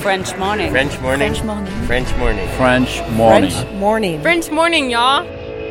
French morning. French morning. French morning. French morning. French morning. French morning. French morning, y'all.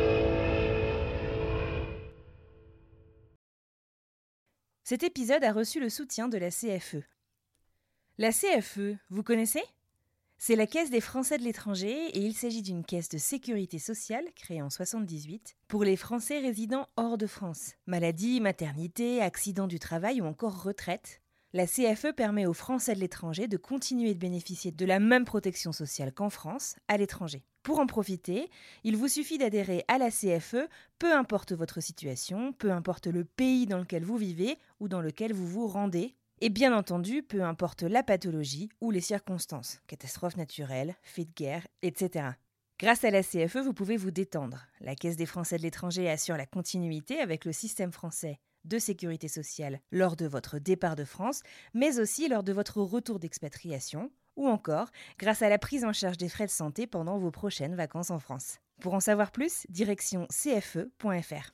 Cet épisode a reçu le soutien de la CFE. La CFE, vous connaissez ? C'est la Caisse des Français de l'étranger et il s'agit d'une caisse de sécurité sociale créée en 1978 pour les Français résidant hors de France. Maladie, maternité, accident du travail ou encore retraite. La CFE permet aux Français de l'étranger de continuer de bénéficier de la même protection sociale qu'en France, à l'étranger. Pour en profiter, il vous suffit d'adhérer à la CFE, peu importe votre situation, peu importe le pays dans lequel vous vivez ou dans lequel vous vous rendez, et bien entendu, peu importe la pathologie ou les circonstances, catastrophes naturelles, faits de guerre, etc. Grâce à la CFE, vous pouvez vous détendre. La Caisse des Français de l'étranger assure la continuité avec le système français de sécurité sociale lors de votre départ de France, mais aussi lors de votre retour d'expatriation, ou encore grâce à la prise en charge des frais de santé pendant vos prochaines vacances en France. Pour en savoir plus, direction cfe.fr.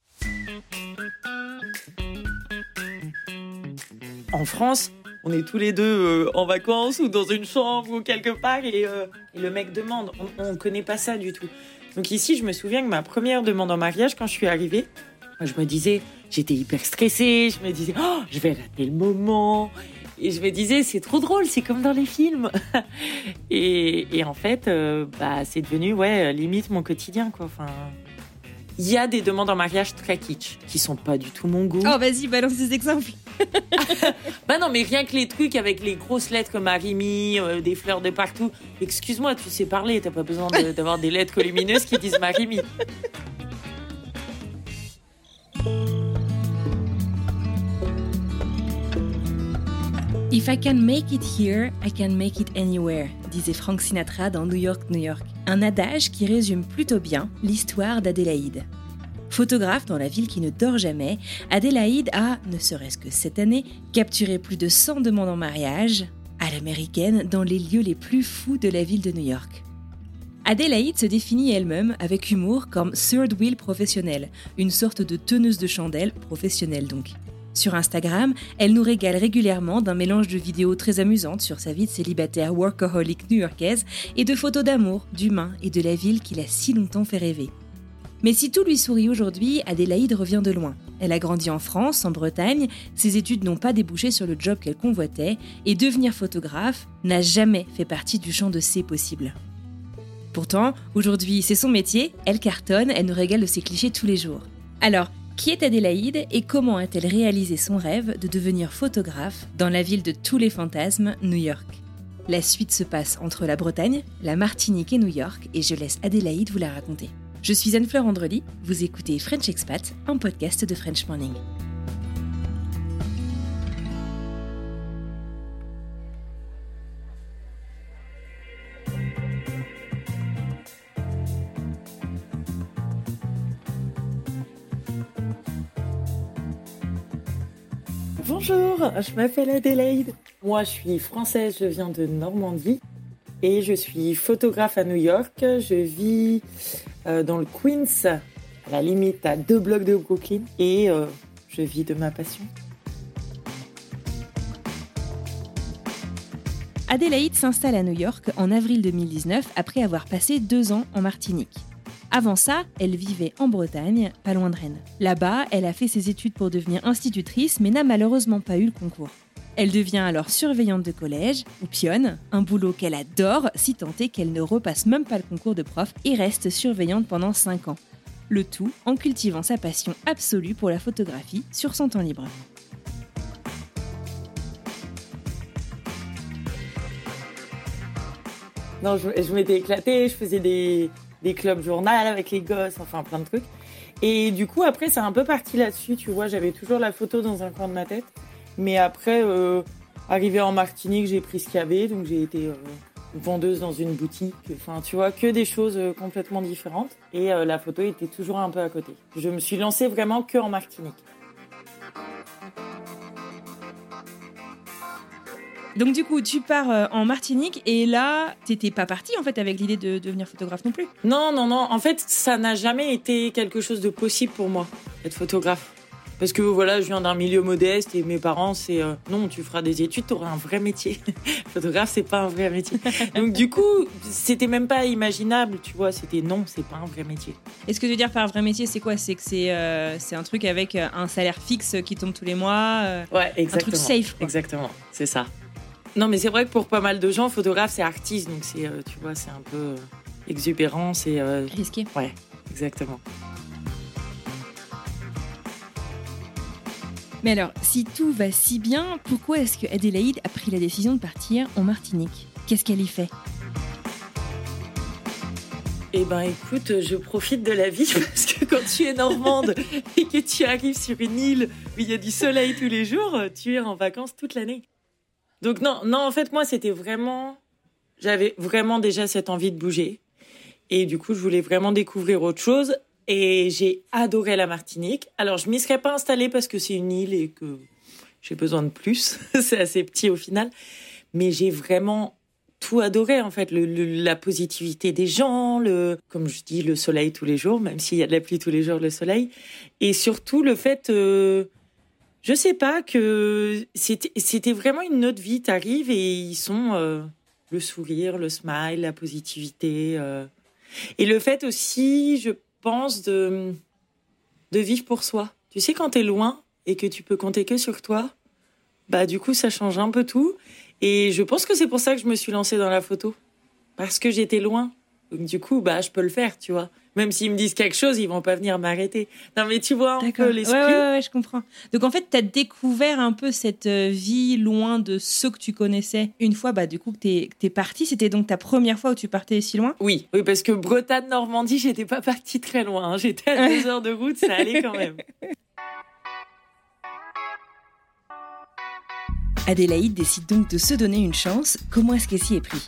En France, on est tous les deux en vacances ou dans une chambre ou quelque part et le mec demande. On connaît pas ça du tout. Donc ici, je me souviens que ma première demande en mariage, quand je suis arrivée, je me disais, j'étais hyper stressée, je me disais, oh, je vais rater le moment. Et je me disais, c'est trop drôle, c'est comme dans les films. et en fait, c'est devenu, limite mon quotidien, quoi. Enfin, il y a des demandes en mariage très kitsch, qui sont pas du tout mon goût. Oh, vas-y, balance des exemples. Non, mais rien que les trucs avec les grosses lettres comme Marimi, des fleurs de partout. Excuse-moi, tu sais parler, t'as pas besoin d'avoir des lettres lumineuses qui disent Marimi. If I can make it here, I can make it anywhere, disait Frank Sinatra dans New York, New York. Un adage qui résume plutôt bien l'histoire d'Adélaïde. Photographe dans la ville qui ne dort jamais, Adélaïde a, ne serait-ce que cette année, capturé plus de 100 demandes en mariage, à l'américaine, dans les lieux les plus fous de la ville de New York. Adélaïde se définit elle-même avec humour comme third wheel professionnelle, une sorte de teneuse de chandelle professionnelle donc. Sur Instagram, elle nous régale régulièrement d'un mélange de vidéos très amusantes sur sa vie de célibataire workaholic new-yorkaise et de photos d'amour, d'humains et de la ville qui l'a si longtemps fait rêver. Mais si tout lui sourit aujourd'hui, Adélaïde revient de loin. Elle a grandi en France, en Bretagne, ses études n'ont pas débouché sur le job qu'elle convoitait et devenir photographe n'a jamais fait partie du champ de ses possibles. Pourtant, aujourd'hui, c'est son métier, elle cartonne, elle nous régale de ses clichés tous les jours. Alors, qui est Adélaïde et comment a-t-elle réalisé son rêve de devenir photographe dans la ville de tous les fantasmes, New York ? La suite se passe entre la Bretagne, la Martinique et New York et je laisse Adélaïde vous la raconter. Je suis Anne-Fleur Andrely, vous écoutez French Expat, un podcast de French Morning. Bonjour, je m'appelle Adélaïde. Moi, je suis française, je viens de Normandie et je suis photographe à New York. Je vis dans le Queens, à la limite à 2 blocs de Brooklyn et je vis de ma passion. Adélaïde s'installe à New York en avril 2019 après avoir passé 2 ans en Martinique. Avant ça, elle vivait en Bretagne, pas loin de Rennes. Là-bas, elle a fait ses études pour devenir institutrice, mais n'a malheureusement pas eu le concours. Elle devient alors surveillante de collège, ou pionne, un boulot qu'elle adore, si tant est qu'elle ne repasse même pas le concours de prof et reste surveillante pendant 5 ans. Le tout en cultivant sa passion absolue pour la photographie sur son temps libre. Non, je m'étais éclatée, je faisais des clubs journal avec les gosses, enfin plein de trucs. Et du coup, après, c'est un peu parti là-dessus, tu vois, j'avais toujours la photo dans un coin de ma tête. Mais après, arrivé en Martinique, j'ai pris ce qu'il y avait, donc j'ai été vendeuse dans une boutique. Enfin, tu vois, que des choses complètement différentes. Et la photo était toujours un peu à côté. Je me suis lancée vraiment que en Martinique. Donc du coup, tu pars en Martinique et là, t'étais pas partie en fait avec l'idée de devenir photographe non plus ? Non. En fait, ça n'a jamais été quelque chose de possible pour moi, être photographe. Parce que voilà, je viens d'un milieu modeste et mes parents, c'est non, tu feras des études, t'auras un vrai métier. Photographe, c'est pas un vrai métier. Donc du coup, c'était même pas imaginable, tu vois. C'était non, c'est pas un vrai métier. Et ce que tu veux dire par un vrai métier, c'est quoi? C'est que c'est un truc avec un salaire fixe qui tombe tous les mois. Ouais, exactement. Un truc safe, quoi. Exactement, c'est ça. Non, mais c'est vrai que pour pas mal de gens, photographe, c'est artiste, donc c'est, tu vois, c'est un peu exubérant, c'est risqué. Ouais, exactement. Mais alors, si tout va si bien, pourquoi est-ce que Adélaïde a pris la décision de partir en Martinique? Qu'est-ce qu'elle y fait? Eh ben, écoute, je profite de la vie parce que quand tu es normande et que tu arrives sur une île où il y a du soleil tous les jours, tu es en vacances toute l'année. Donc non, en fait, moi, j'avais vraiment déjà cette envie de bouger. Et du coup, je voulais vraiment découvrir autre chose. Et j'ai adoré la Martinique. Alors, je m'y serais pas installée parce que c'est une île et que j'ai besoin de plus. C'est assez petit au final. Mais j'ai vraiment tout adoré, en fait. La positivité des gens, comme je dis, le soleil tous les jours, même s'il y a de la pluie tous les jours, le soleil. Et surtout, le fait, je sais pas, que c'était vraiment une autre vie. T'arrives et ils sont le sourire, le smile, la positivité. Et le fait aussi, je pense, de vivre pour soi. Tu sais, quand t'es loin et que tu peux compter que sur toi, bah du coup, ça change un peu tout. Et je pense que c'est pour ça que je me suis lancée dans la photo. Parce que j'étais loin. Donc du coup, bah je peux le faire, tu vois. Même s'ils me disent quelque chose, ils vont pas venir m'arrêter. Non, mais tu vois un peu l'esprit. Ouais, je comprends. Donc en fait, t'as découvert un peu cette vie loin de ceux que tu connaissais. Une fois, bah du coup, que t'es partie. C'était donc ta première fois où tu partais si loin? Oui, parce que Bretagne, Normandie, j'étais pas partie très loin. Hein. J'étais à 2 heures de route, ça allait quand même. Adélaïde décide donc de se donner une chance. Comment est-ce qu'elle s'y est pris?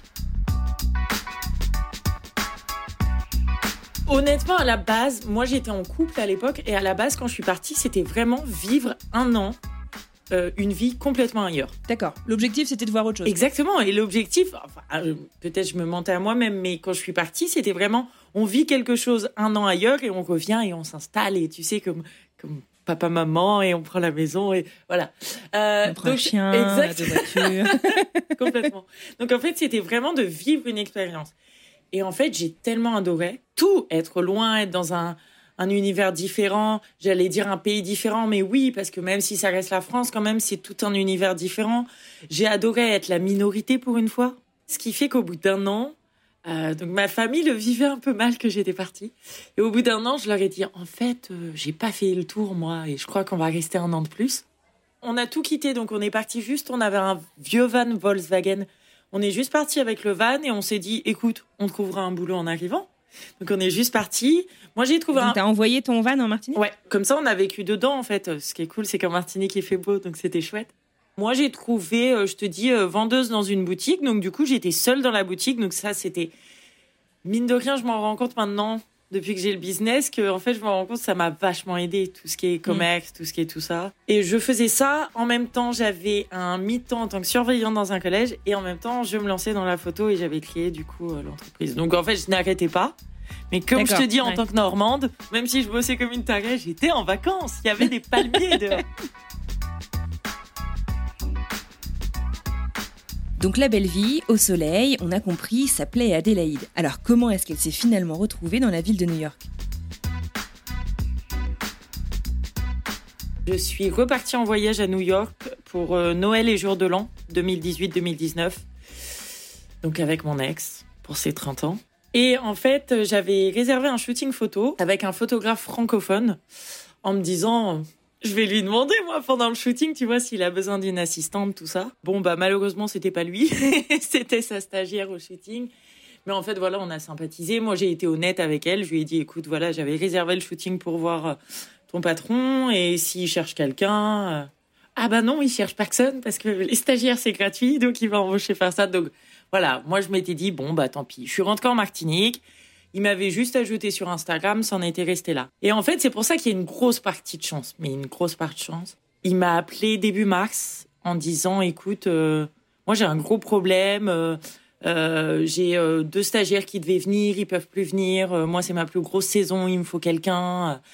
Honnêtement, à la base, moi j'étais en couple à l'époque et à la base, quand je suis partie, c'était vraiment vivre un an, une vie complètement ailleurs. D'accord. L'objectif, c'était de voir autre chose. Exactement. Et l'objectif, peut-être je me mentais à moi-même, mais quand je suis partie, c'était vraiment, on vit quelque chose un an ailleurs et on revient et on s'installe et tu sais, comme papa, maman, et on prend la maison et voilà. On prend un chien, deux voitures. Complètement. Donc en fait, c'était vraiment de vivre une expérience. Et en fait, j'ai tellement adoré tout, être loin, être dans un univers différent. J'allais dire un pays différent, mais oui, parce que même si ça reste la France, quand même, c'est tout un univers différent. J'ai adoré être la minorité pour une fois. Ce qui fait qu'au bout d'un an, donc ma famille le vivait un peu mal que j'étais partie. Et au bout d'un an, je leur ai dit, en fait, j'ai pas fait le tour, moi, et je crois qu'on va rester un an de plus. On a tout quitté, donc on est parti juste, on avait un vieux van Volkswagen. On est juste parti avec le van et on s'est dit, écoute, on trouvera un boulot en arrivant. Donc on est juste parti. Moi j'ai trouvé donc t'as envoyé ton van en Martinique? Ouais, comme ça on a vécu dedans en fait. Ce qui est cool, c'est qu'en Martinique il fait beau, donc c'était chouette. Moi j'ai trouvé, je te dis, vendeuse dans une boutique. Donc du coup j'étais seule dans la boutique. Donc ça c'était, mine de rien, je m'en rends compte maintenant, depuis que j'ai le business, que en fait je me rends compte que ça m'a vachement aidé, tout ce qui est commerce, tout ce qui est tout ça. Et je faisais ça, en même temps j'avais un mi-temps en tant que surveillante dans un collège et en même temps je me lançais dans la photo et j'avais créé du coup l'entreprise. Donc en fait je n'arrêtais pas. Mais comme je te dis, en tant que Normande, même si je bossais comme une tarée, j'étais en vacances, il y avait des palmiers dehors. Donc la belle vie, au soleil, on a compris, ça plaît à Adélaïde. Alors comment est-ce qu'elle s'est finalement retrouvée dans la ville de New York? Je suis repartie en voyage à New York pour Noël et Jour de l'An 2018-2019. Donc avec mon ex, pour ses 30 ans. Et en fait, j'avais réservé un shooting photo avec un photographe francophone en me disant... Je vais lui demander, moi, pendant le shooting, tu vois, s'il a besoin d'une assistante, tout ça. Bon, bah, malheureusement, c'était pas lui. C'était sa stagiaire au shooting. Mais en fait, voilà, on a sympathisé. Moi, j'ai été honnête avec elle. Je lui ai dit, écoute, voilà, j'avais réservé le shooting pour voir ton patron. Et s'il cherche quelqu'un... Ah bah non, il cherche personne parce que les stagiaires, c'est gratuit. Donc, il va embaucher faire ça. Donc, voilà, moi, je m'étais dit, bon, bah, tant pis. Je suis rentrée en Martinique. Il m'avait juste ajouté sur Instagram, ça en était resté là. Et en fait, c'est pour ça qu'il y a une grosse partie de chance. Mais une grosse partie de chance. Il m'a appelé début mars en disant, écoute, moi j'ai un gros problème. J'ai 2 stagiaires qui devaient venir, ils peuvent plus venir. Moi, c'est ma plus grosse saison, il me faut quelqu'un.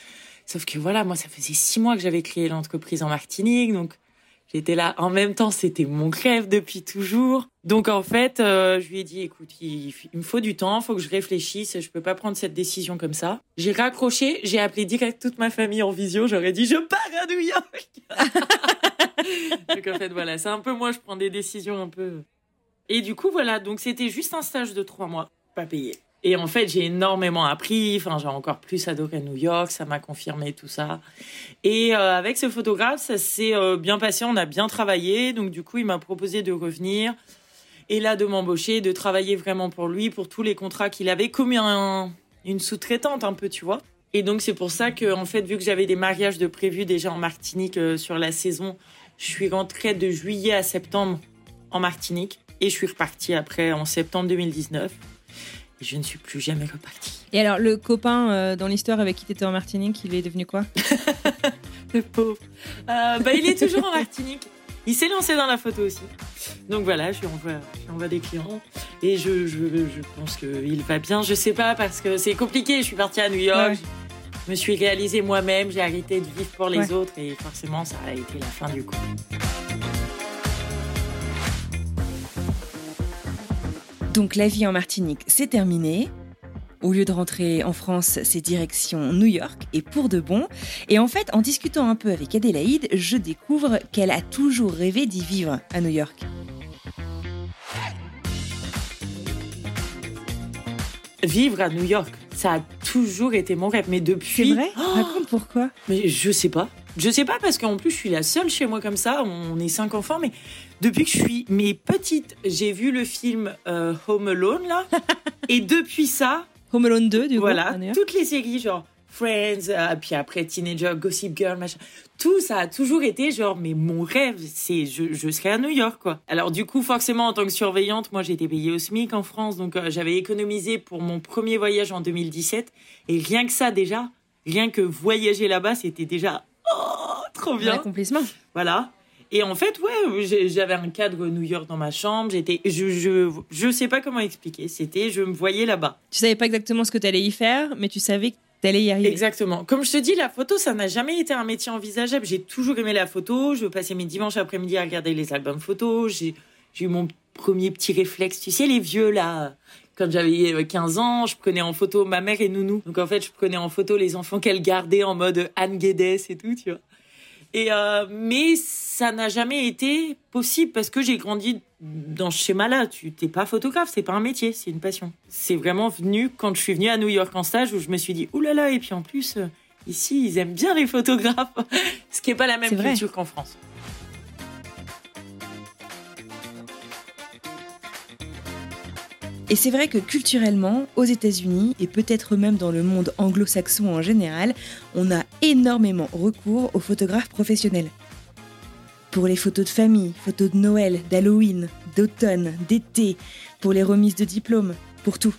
Sauf que voilà, moi, ça faisait 6 mois que j'avais créé l'entreprise en Martinique, donc j'étais là. En même temps, c'était mon rêve depuis toujours. Donc en fait, je lui ai dit, écoute, il me faut du temps, il faut que je réfléchisse, je peux pas prendre cette décision comme ça. J'ai raccroché, j'ai appelé direct toute ma famille en visio, j'aurais dit, je pars à New York. Donc en fait, voilà, c'est un peu moi, je prends des décisions un peu... Et du coup, voilà, donc c'était juste un stage de 3 mois, pas payé. Et en fait, j'ai énormément appris, j'ai encore plus adoré New York, ça m'a confirmé tout ça. Et avec ce photographe, ça s'est bien passé, on a bien travaillé, donc du coup, il m'a proposé de revenir et là de m'embaucher, de travailler vraiment pour lui, pour tous les contrats qu'il avait, comme une sous-traitante un peu, tu vois. Et donc, c'est pour ça que, en fait, vu que j'avais des mariages de prévus déjà en Martinique sur la saison, je suis rentrée de juillet à septembre en Martinique et je suis repartie après en septembre 2019. Et je ne suis plus jamais repartie. Et alors, le copain dans l'histoire avec qui tu étais en Martinique, il est devenu quoi? Le pauvre. Il est toujours en Martinique. Il s'est lancé dans la photo aussi. Donc voilà, je lui envoie des clients. Et je pense qu'il va bien. Je sais pas, parce que c'est compliqué. Je suis partie à New York. Ouais. Je me suis réalisée moi-même. J'ai arrêté de vivre pour les autres. Et forcément, ça a été la fin du coup. Donc la vie en Martinique, c'est terminé. Au lieu de rentrer en France, c'est direction New York, et pour de bon. Et en fait, en discutant un peu avec Adélaïde, je découvre qu'elle a toujours rêvé d'y vivre à New York. Vivre à New York, ça a toujours été mon rêve. Mais depuis... C'est vrai ? Raconte pourquoi. Mais je sais pas. Je sais pas, parce qu'en plus, je suis la seule chez moi comme ça. On est 5 enfants, mais depuis que je suis petite, j'ai vu le film Home Alone, là. Et depuis ça... Home Alone 2, du coup. Voilà, toutes les séries, genre Friends, puis après Teenager, Gossip Girl, machin. Tout ça a toujours été genre, mais mon rêve, c'est je serais à New York, quoi. Alors du coup, forcément, en tant que surveillante, moi, j'étais payée au SMIC en France, donc j'avais économisé pour mon premier voyage en 2017. Et rien que ça, déjà, rien que voyager là-bas, c'était déjà, trop bien. L'accomplissement. Voilà. Et en fait, ouais, j'avais un cadre New York dans ma chambre. Je sais pas comment expliquer. Je me voyais là-bas. Tu savais pas exactement ce que tu allais y faire, mais tu savais que tu allais y arriver. Exactement. Comme je te dis, la photo, ça n'a jamais été un métier envisageable. J'ai toujours aimé la photo. Je passais mes dimanches après-midi à regarder les albums photos. J'ai eu mon premier petit réflexe. Tu sais, les vieux, là. Quand j'avais 15 ans, je prenais en photo ma mère et Nounou. Donc, en fait, je prenais en photo les enfants qu'elle gardait en mode Anne Guedes et tout, tu vois. Mais ça n'a jamais été possible parce que j'ai grandi dans ce schéma-là. Tu t'es pas photographe, c'est pas un métier, c'est une passion. C'est vraiment venu quand je suis venue à New York en stage où je me suis dit oulala, et puis en plus ici ils aiment bien les photographes, ce qui est pas la même culture qu'en France. Et c'est vrai que culturellement, aux États-Unis et peut-être même dans le monde anglo-saxon en général, on a énormément recours aux photographes professionnels. Pour les photos de famille, photos de Noël, d'Halloween, d'automne, d'été, pour les remises de diplômes, pour tout.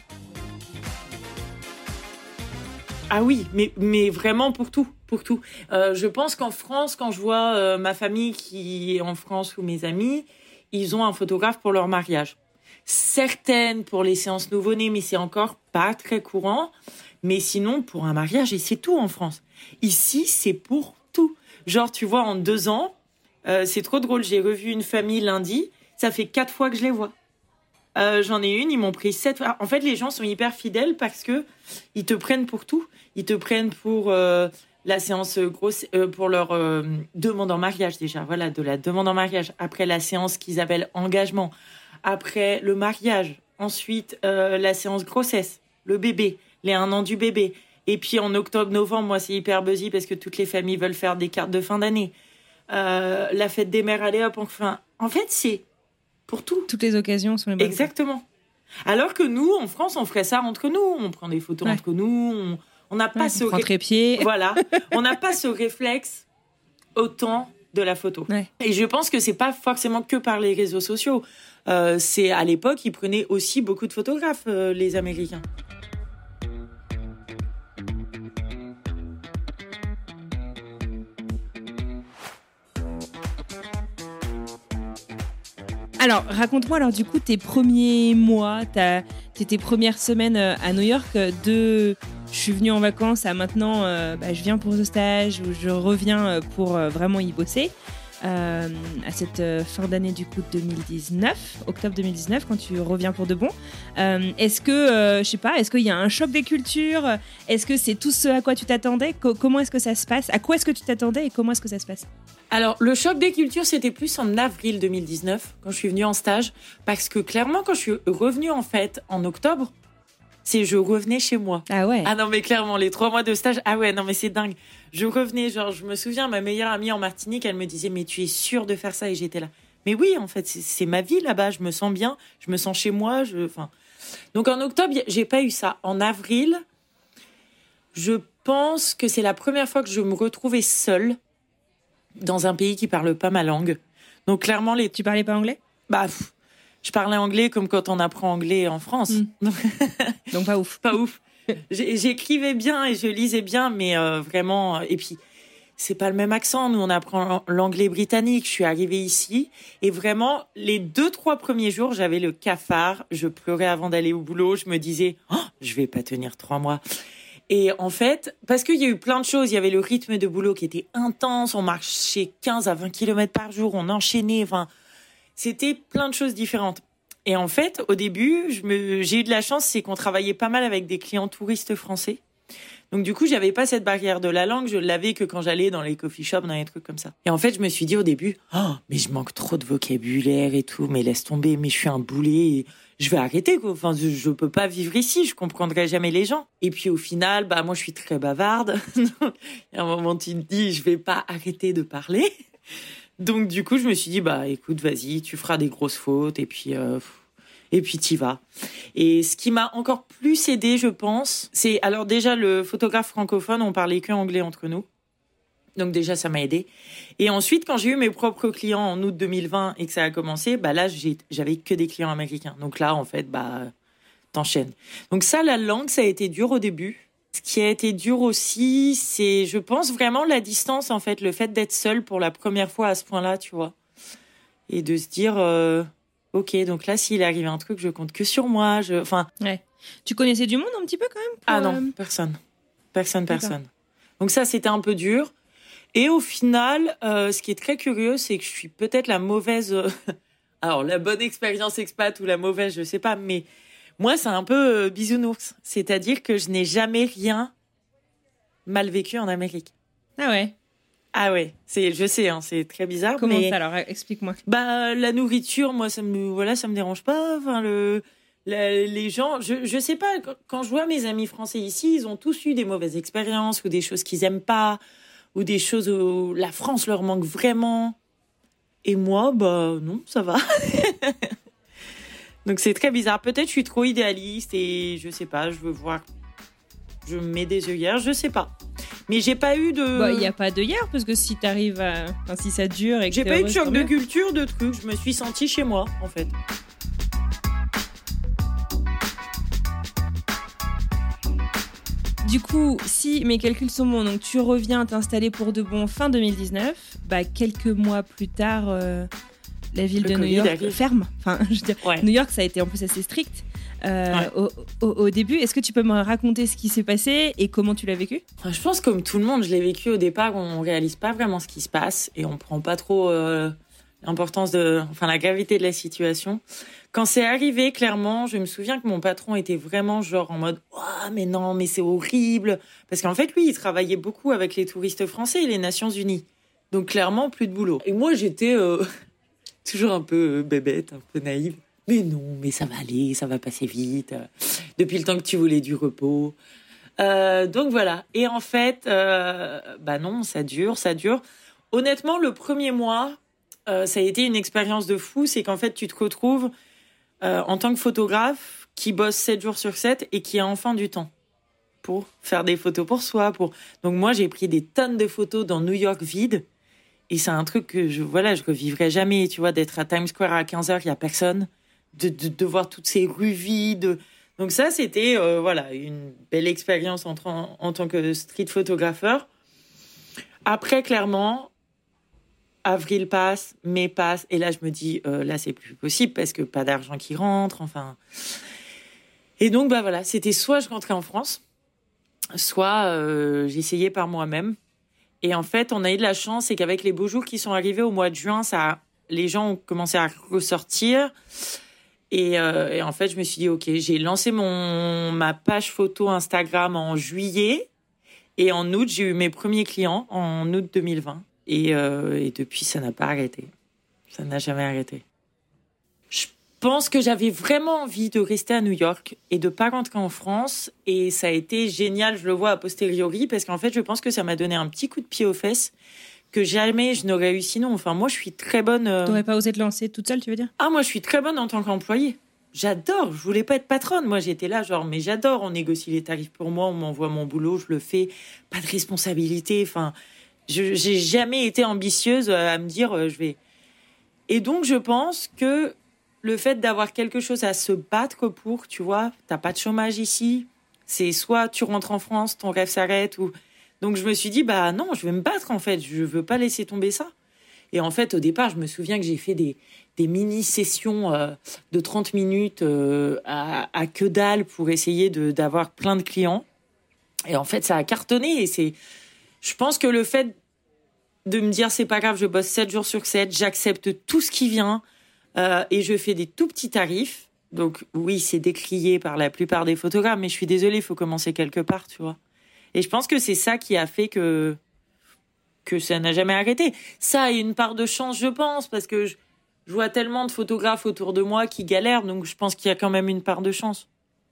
Ah oui, mais vraiment pour tout, pour tout. Je pense qu'en France, quand je vois ma famille qui est en France ou mes amis, ils ont un photographe pour leur mariage. Certaines pour les séances nouveau-nés, mais c'est encore pas très courant. Mais sinon, pour un mariage, et c'est tout en France. Ici, c'est pour tout. Genre, tu vois, en 2 ans, c'est trop drôle. J'ai revu une famille lundi. Ça fait 4 fois que je les vois. J'en ai une, ils m'ont pris 7 fois. En fait, les gens sont hyper fidèles parce que ils te prennent pour tout. Ils te prennent pour la séance grosse, pour leur demande en mariage déjà. Voilà, de la demande en mariage. Après, la séance qu'ils appellent engagement. Après le mariage, ensuite la séance grossesse, le bébé, les 1 an du bébé. Et puis en octobre-novembre, moi c'est hyper buzzy parce que toutes les familles veulent faire des cartes de fin d'année. La fête des mères, allez hop, enfin. En fait, c'est pour tout. Toutes les occasions sont les bonnes. Exactement. Alors que nous, en France, on ferait ça entre nous. On prend des photos entre nous. On n'a pas ce... Trépied. Voilà. On n'a pas ce réflexe autant de la photo. Ouais. Et je pense que c'est pas forcément que par les réseaux sociaux. C'est à l'époque, ils prenaient aussi beaucoup de photographes, les Américains. Alors, Alors, raconte-moi alors du coup tes premiers mois, tes premières semaines à New York, de je suis venue en vacances à maintenant, je viens pour ce stage ou je reviens pour vraiment y bosser. À cette fin d'année du coup 2019, octobre 2019, quand tu reviens pour de bon. Est-ce que, je sais pas, est-ce qu'il y a un choc des cultures? Est-ce que c'est tout ce à quoi tu t'attendais? Comment est-ce que ça se passe? À quoi est-ce que tu t'attendais et comment est-ce que ça se passe? Alors, le choc des cultures, c'était plus en avril 2019, quand je suis venue en stage. Parce que clairement, quand je suis revenue en fait en octobre, je revenais chez moi. Ah ouais. Ah non, mais clairement, les 3 mois de stage, ah ouais, non, mais c'est dingue. Je revenais, genre, je me souviens, ma meilleure amie en Martinique, elle me disait, mais tu es sûre de faire ça? Et j'étais là. Mais oui, en fait, c'est ma vie là-bas, je me sens bien, je me sens chez moi, Donc en octobre, j'ai pas eu ça. En avril, je pense que c'est la première fois que je me retrouvais seule dans un pays qui parle pas ma langue. Donc clairement, Tu parlais pas anglais? Je parlais anglais comme quand on apprend anglais en France. Donc pas ouf. Pas ouf. J'écrivais bien et je lisais bien, mais vraiment... Et puis, c'est pas le même accent. Nous, on apprend l'anglais britannique. Je suis arrivée ici et vraiment, les 2-3 premiers jours, j'avais le cafard. Je pleurais avant d'aller au boulot. Je me disais, je vais pas tenir 3 mois. Et en fait, parce qu'il y a eu plein de choses. Il y avait le rythme de boulot qui était intense. On marchait 15 à 20 kilomètres par jour. On enchaînait. Enfin, c'était plein de choses différentes. Et en fait, au début, j'ai eu de la chance, c'est qu'on travaillait pas mal avec des clients touristes français. Donc du coup, j'avais pas cette barrière de la langue, je l'avais que quand j'allais dans les coffee shops, dans les trucs comme ça. Et en fait, je me suis dit au début, mais je manque trop de vocabulaire et tout, mais laisse tomber, mais je suis un boulet, et je vais arrêter quoi. Enfin, je peux pas vivre ici, je comprendrai jamais les gens. Et puis au final, moi je suis très bavarde. Et à un moment, tu te dis, je vais pas arrêter de parler. Donc du coup, je me suis dit, écoute, vas-y, tu feras des grosses fautes et puis t'y vas. Et ce qui m'a encore plus aidé, je pense, c'est alors déjà le photographe francophone, on parlait que anglais entre nous. Donc déjà, ça m'a aidé. Et ensuite, quand j'ai eu mes propres clients en août 2020 et que ça a commencé, là, j'avais que des clients américains. Donc là, en fait, t'enchaînes. Donc ça, la langue, ça a été dur au début. Ce qui a été dur aussi, c'est, je pense, vraiment la distance, en fait, le fait d'être seule pour la première fois à ce point-là, tu vois. Et de se dire, ok, donc là, s'il arrive un truc, je compte que sur moi. Ouais. Tu connaissais du monde un petit peu quand même Ah non, personne. Personne. Donc ça, c'était un peu dur. Et au final, ce qui est très curieux, c'est que je suis peut-être la mauvaise... Alors, la bonne expérience expat ou la mauvaise, je sais pas, mais... Moi, c'est un peu bisounours. C'est-à-dire que je n'ai jamais rien mal vécu en Amérique. Ah ouais? Ah ouais. Je sais, c'est très bizarre. Comment ça, alors? Explique-moi. La nourriture, moi, ça me dérange pas. Enfin, les gens, je sais pas, quand je vois mes amis français ici, ils ont tous eu des mauvaises expériences ou des choses qu'ils aiment pas ou des choses où la France leur manque vraiment. Et moi, non, ça va. Donc c'est très bizarre. Peut-être je suis trop idéaliste et je sais pas, je me mets des œillères, je sais pas. Mais j'ai pas eu de... Il y a pas d'œillères parce que si t'arrives à... Enfin, si ça dure et que j'ai pas eu de choc de culture, de trucs. Je me suis sentie chez moi, en fait. Du coup, si mes calculs sont bons, donc tu reviens t'installer pour de bon fin 2019, quelques mois plus tard... La ville de New York ferme. Enfin, je veux dire, ouais. New York, ça a été en plus assez strict au début. Est-ce que tu peux me raconter ce qui s'est passé et comment tu l'as vécu? Je pense comme tout le monde, je l'ai vécu au départ. On réalise pas vraiment ce qui se passe et on prend pas trop l'importance la gravité de la situation. Quand c'est arrivé, clairement, je me souviens que mon patron était vraiment genre en mode mais non, mais c'est horrible, parce qu'en fait lui, il travaillait beaucoup avec les touristes français et les Nations Unies. Donc clairement, plus de boulot. Et moi, j'étais toujours un peu bébête, un peu naïve. Mais non, mais ça va aller, ça va passer vite. Depuis le temps que tu voulais du repos. Donc voilà. Et en fait, non, ça dure. Honnêtement, le premier mois, ça a été une expérience de fou. C'est qu'en fait, tu te retrouves en tant que photographe qui bosse 7 jours sur 7 et qui a enfin du temps pour faire des photos pour soi. Donc moi, j'ai pris des tonnes de photos dans New York vide. Et c'est un truc que je revivrai jamais, tu vois, d'être à Times Square à 15h, il y a personne, de voir toutes ces rues vides. Donc ça, c'était une belle expérience en tant que street photographeur. Après, clairement, avril passe, mai passe, et là je me dis là c'est plus possible parce que pas d'argent qui rentre, enfin. Et donc voilà, c'était soit je rentrais en France, soit j'essayais par moi-même. Et en fait, on a eu de la chance, c'est qu'avec les beaux jours qui sont arrivés au mois de juin, les gens ont commencé à ressortir. Et en fait, je me suis dit ok, j'ai lancé ma page photo Instagram en juillet, et en août j'ai eu mes premiers clients en août 2020. Et depuis, ça n'a pas arrêté. Ça n'a jamais arrêté. Je pense que j'avais vraiment envie de rester à New York et de pas rentrer en France. Et ça a été génial, je le vois a posteriori, parce qu'en fait, je pense que ça m'a donné un petit coup de pied aux fesses que jamais je n'aurais eu sinon. Enfin, moi, je suis très bonne... T'aurais pas osé te lancer toute seule, tu veux dire ? Ah, moi, je suis très bonne en tant qu'employée. J'adore. Je voulais pas être patronne. Moi, j'étais là, genre, mais j'adore. On négocie les tarifs pour moi, on m'envoie mon boulot, je le fais. Pas de responsabilité, enfin... J'ai jamais été ambitieuse à me dire je vais. Et donc je pense que le fait d'avoir quelque chose à se battre pour, tu vois, t'as pas de chômage ici, c'est soit tu rentres en France, ton rêve s'arrête, ou donc je me suis dit bah non, je vais me battre en fait, je veux pas laisser tomber ça. Et en fait au départ je me souviens que j'ai fait des mini sessions de 30 minutes à que dalle pour essayer d'avoir plein de clients. Et en fait ça a cartonné et je pense que le fait de me dire c'est pas grave, je bosse 7 jours sur 7, j'accepte tout ce qui vient et je fais des tout petits tarifs. Donc oui, c'est décrié par la plupart des photographes, mais je suis désolée, il faut commencer quelque part, tu vois. Et je pense que c'est ça qui a fait que ça n'a jamais arrêté. Ça a une part de chance, je pense, parce que je vois tellement de photographes autour de moi qui galèrent, donc je pense qu'il y a quand même une part de chance.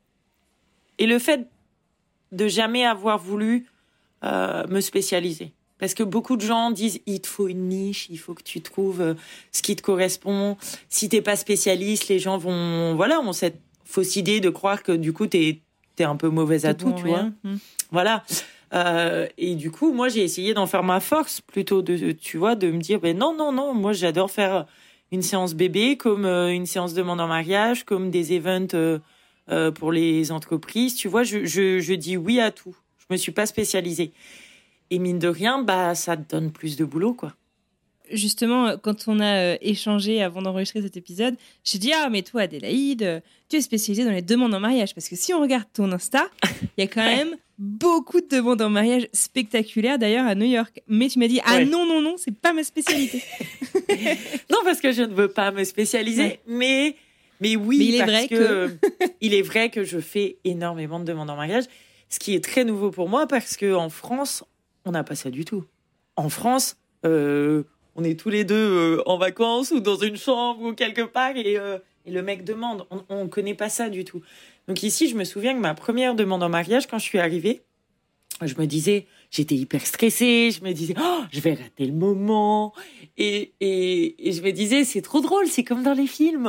Et le fait de jamais avoir voulu me spécialiser. Parce que beaucoup de gens disent il te faut une niche, il faut que tu trouves ce qui te correspond. Si t'es pas spécialiste, les gens ont cette fausse idée de croire que du coup t'es un peu mauvaise à tout, tu vois. Voilà. Et du coup, moi j'ai essayé d'en faire ma force plutôt de me dire non, moi j'adore faire une séance bébé comme une séance demande en mariage, comme des events pour les entreprises. Tu vois, je dis oui à tout. Je me suis pas spécialisée. Et mine de rien, ça te donne plus de boulot, quoi. Justement, quand on a échangé avant d'enregistrer cet épisode, j'ai dit « Ah, mais toi, Adélaïde, tu es spécialisée dans les demandes en mariage. » Parce que si on regarde ton Insta, il y a quand même beaucoup de demandes en mariage spectaculaires, d'ailleurs, à New York. Mais tu m'as dit « Ah non, c'est pas ma spécialité. » Non, parce que je ne veux pas me spécialiser, mais oui, il est vrai que je fais énormément de demandes en mariage, ce qui est très nouveau pour moi, parce qu'en France, on n'a pas ça du tout. En France, on est tous les deux en vacances ou dans une chambre ou quelque part et le mec demande. On connaît pas ça du tout. Donc ici, je me souviens que ma première demande en mariage, quand je suis arrivée, je me disais, j'étais hyper stressée, je me disais, je vais rater le moment. Et je me disais, c'est trop drôle, c'est comme dans les films.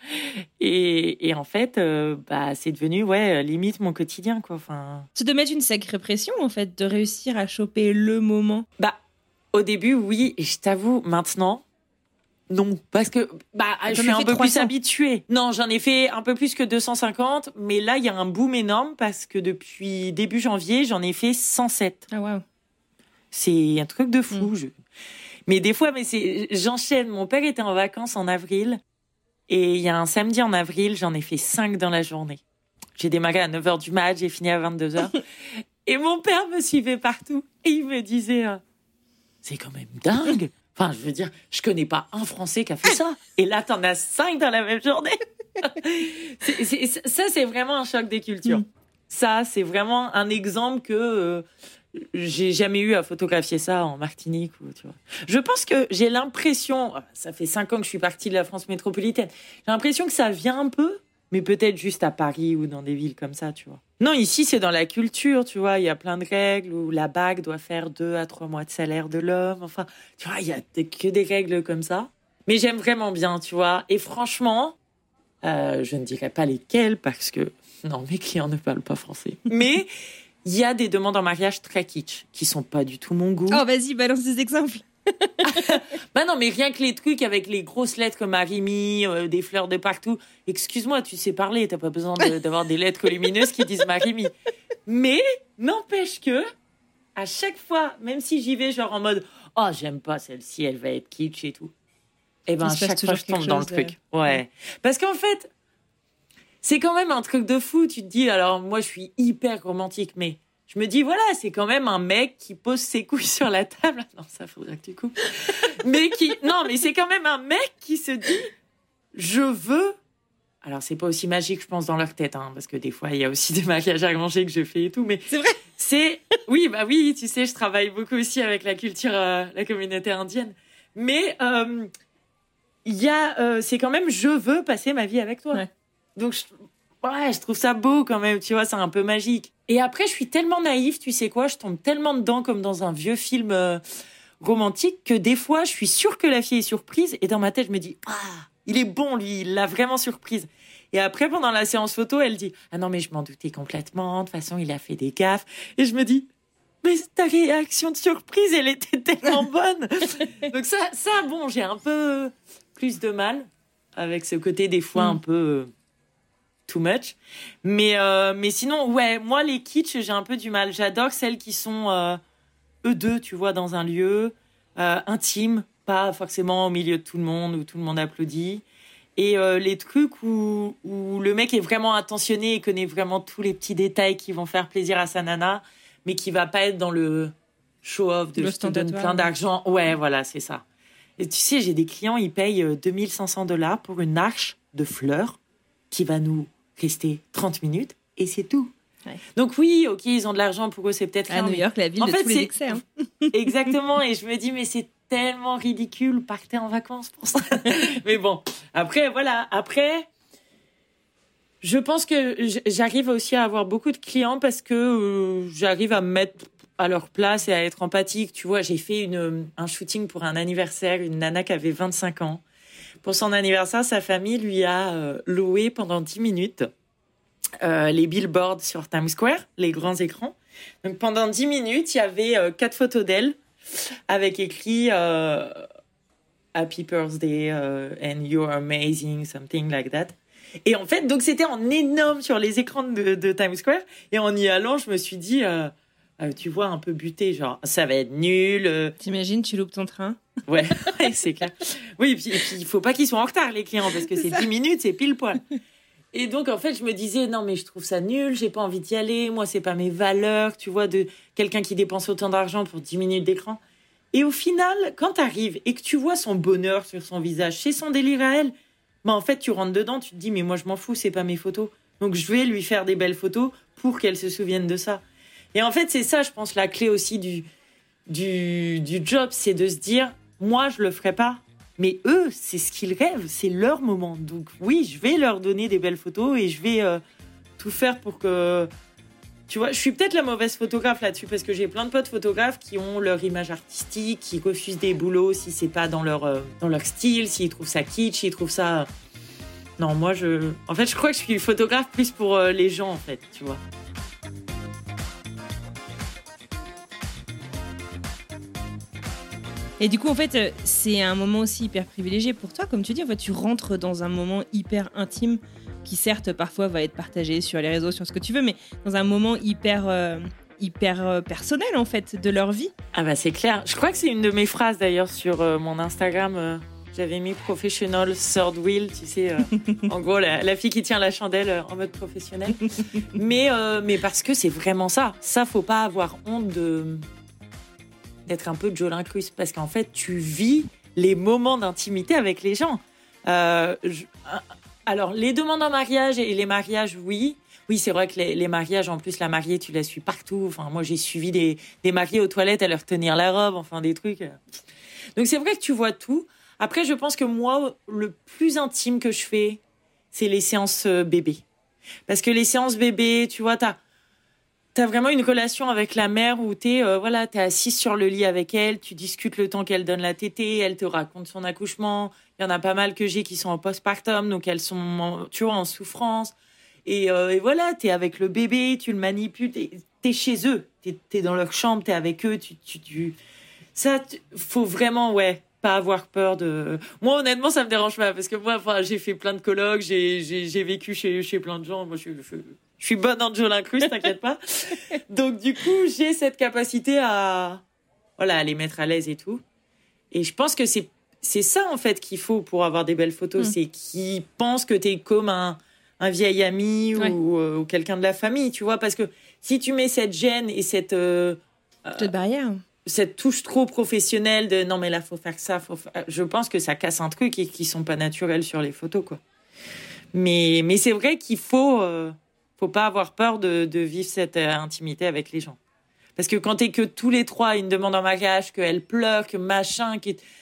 et en fait, c'est devenu, limite mon quotidien, quoi. Enfin. Ça doit mettre une sacrée pression, en fait, de réussir à choper le moment. Au début, oui. Et je t'avoue, maintenant, non. Parce que, je suis un peu plus habituée. Non, j'en ai fait un peu plus que 250. Mais là, il y a un boom énorme parce que depuis début janvier, j'en ai fait 107. Ah, waouh. C'est un truc de fou. Mais des fois, j'enchaîne. Mon père était en vacances en avril. Et il y a un samedi en avril, j'en ai fait 5 dans la journée. J'ai démarré à 9h du mat, j'ai fini à 22h. Et mon père me suivait partout. Et il me disait, c'est quand même dingue. Enfin, je veux dire, je connais pas un Français qui a fait ça. Et là, t'en as 5 dans la même journée. Ça, c'est vraiment un choc des cultures. Ça, c'est vraiment un exemple que j'ai jamais eu à photographier ça en Martinique. Tu vois. Je pense que j'ai l'impression, ça fait 5 ans que je suis partie de la France métropolitaine, j'ai l'impression que ça vient un peu, mais peut-être juste à Paris ou dans des villes comme ça, tu vois. Non, ici, c'est dans la culture, tu vois. Il y a plein de règles où la bague doit faire 2 à 3 mois de salaire de l'homme. Enfin, tu vois, il y a que des règles comme ça. Mais j'aime vraiment bien, tu vois. Et franchement, je ne dirais pas lesquelles parce que, non, mes clients ne parlent pas français. Mais il y a des demandes en mariage très kitsch qui sont pas du tout mon goût. Oh, vas-y, balance des exemples. Non, mais rien que les trucs avec les grosses lettres comme Marimi, des fleurs de partout. Excuse-moi, tu sais parler, t'as pas besoin d'avoir des lettres lumineuses qui disent Marimi. Mais n'empêche que à chaque fois, même si j'y vais genre en mode oh, j'aime pas celle-ci, elle va être kitsch et tout. Et ben, Il se passe chaque fois, toujours je tombe quelque dans le chose truc. Ouais. Parce qu'en fait, c'est quand même un truc de fou. Tu te dis, alors moi, je suis hyper romantique, mais je me dis, voilà, c'est quand même un mec qui pose ses couilles sur la table. Non, ça faudrait que tu coupes. Non, mais c'est quand même un mec qui se dit, je veux. Alors, c'est pas aussi magique, je pense, dans leur tête, hein, parce que des fois, il y a aussi des mariages arrangés que je fais et tout, mais. C'est vrai. Oui, bah oui, tu sais, je travaille beaucoup aussi avec la culture, la communauté indienne. Mais, c'est quand même, je veux passer ma vie avec toi. Ouais. Donc, je trouve ça beau quand même, tu vois, c'est un peu magique. Et après, je suis tellement naïve, tu sais quoi, je tombe tellement dedans comme dans un vieux film romantique que des fois, je suis sûre que la fille est surprise et dans ma tête, je me dis, il est bon, lui, il l'a vraiment surprise. Et après, pendant la séance photo, elle dit, ah non, mais je m'en doutais complètement, de toute façon, il a fait des gaffes. Et je me dis, mais ta réaction de surprise, elle était tellement bonne. Donc ça, bon, j'ai un peu plus de mal avec ce côté des fois un peu too much. Mais sinon, ouais, moi, les kitsch, j'ai un peu du mal. J'adore celles qui sont eux deux, tu vois, dans un lieu intime, pas forcément au milieu de tout le monde, où tout le monde applaudit. Et les trucs où le mec est vraiment attentionné et connaît vraiment tous les petits détails qui vont faire plaisir à sa nana, mais qui va pas être dans le show-off de je te donne plein d'argent. Ouais, voilà, c'est ça. Et tu sais, j'ai des clients, ils payent $2 500 pour une arche de fleurs qui va nous rester 30 minutes et c'est tout. Ouais. Donc oui, ok, ils ont de l'argent, pour eux c'est peut-être rien. À New York, la ville de tous les excès. Hein. Exactement, et je me dis, mais c'est tellement ridicule, partez en vacances pour ça. Mais bon, après, voilà. Après, je pense que j'arrive aussi à avoir beaucoup de clients parce que j'arrive à me mettre à leur place et à être empathique. Tu vois, j'ai fait un shooting pour un anniversaire, une nana qui avait 25 ans. Pour son anniversaire, sa famille lui a loué pendant 10 minutes les billboards sur Times Square, les grands écrans. Donc pendant 10 minutes, il y avait 4 photos d'elle avec écrit Happy Birthday and you're amazing, something like that. Et en fait, donc c'était en énorme sur les écrans de Times Square. Et en y allant, je me suis dit, tu vois, un peu buté, genre, ça va être nul. T'imagines, tu loupes ton train? Ouais, c'est clair. Oui, et puis il faut pas qu'ils soient en retard, les clients, parce que c'est 10 minutes, c'est pile poil. Et donc, en fait, je me disais, non, mais je trouve ça nul, j'ai pas envie d'y aller. Moi, c'est pas mes valeurs, tu vois, de quelqu'un qui dépense autant d'argent pour 10 minutes d'écran. Et au final, quand t'arrives et que tu vois son bonheur sur son visage, c'est son délire à elle, bah, en fait, tu rentres dedans, tu te dis, mais moi, je m'en fous, c'est pas mes photos. Donc, je vais lui faire des belles photos pour qu'elle se souvienne de ça. Et en fait, c'est ça, je pense, la clé aussi du job, c'est de se dire, moi, je le ferai pas. Mais eux, c'est ce qu'ils rêvent, c'est leur moment. Donc oui, je vais leur donner des belles photos et je vais tout faire pour que... Tu vois, je suis peut-être la mauvaise photographe là-dessus parce que j'ai plein de potes photographes qui ont leur image artistique, qui refusent des boulots si c'est pas dans leur style, s'ils trouvent ça kitsch, s'ils trouvent ça... Non, moi, En fait, je crois que je suis photographe plus pour les gens, en fait, tu vois. Et du coup, en fait, c'est un moment aussi hyper privilégié pour toi. Comme tu dis, en fait, tu rentres dans un moment hyper intime qui, certes, parfois va être partagé sur les réseaux, sur ce que tu veux, mais dans un moment hyper personnel, en fait, de leur vie. Ah bah, c'est clair. Je crois que c'est une de mes phrases, d'ailleurs, sur mon Instagram. J'avais mis professional third wheel, tu sais. En gros, la fille qui tient la chandelle en mode professionnel. Mais parce que c'est vraiment ça. Ça, faut pas avoir honte d'être un peu Joe Lincrus, parce qu'en fait, tu vis les moments d'intimité avec les gens. Alors, les demandes en mariage et les mariages, oui. Oui, c'est vrai que les mariages, en plus, la mariée, tu la suis partout. Enfin, moi, j'ai suivi des mariés aux toilettes à leur tenir la robe, enfin, des trucs. Donc, c'est vrai que tu vois tout. Après, je pense que moi, le plus intime que je fais, c'est les séances bébés. Parce que les séances bébés, tu vois, t'as vraiment une relation avec la mère où t'es assise sur le lit avec elle, tu discutes le temps qu'elle donne la tétée, elle te raconte son accouchement. Il y en a pas mal que j'ai qui sont en postpartum, donc elles sont, tu vois, en souffrance. Et voilà, t'es avec le bébé, tu le manipules, t'es chez eux, t'es dans leur chambre, t'es avec eux, faut vraiment, pas avoir peur de... Moi, honnêtement, ça me dérange pas, parce que moi, j'ai fait plein de colloques, j'ai vécu chez plein de gens. Moi, je suis bonne en Joe Lincrus, t'inquiète pas. Donc, du coup, j'ai cette capacité à voilà, les mettre à l'aise et tout. Et je pense que c'est ça, en fait, qu'il faut pour avoir des belles photos. C'est qu'ils pensent que t'es comme un vieil ami ou quelqu'un de la famille, tu vois. Parce que si tu mets cette gêne et cette barrière, cette touche trop professionnelle de non, mais là, faut faire ça, je pense que ça casse un truc et qui sont pas naturels sur les photos, quoi. Mais c'est vrai qu'il faut pas avoir peur de vivre cette intimité avec les gens. Parce que quand t'es que tous les trois à une demande en mariage, qu'elle pleure, que machin,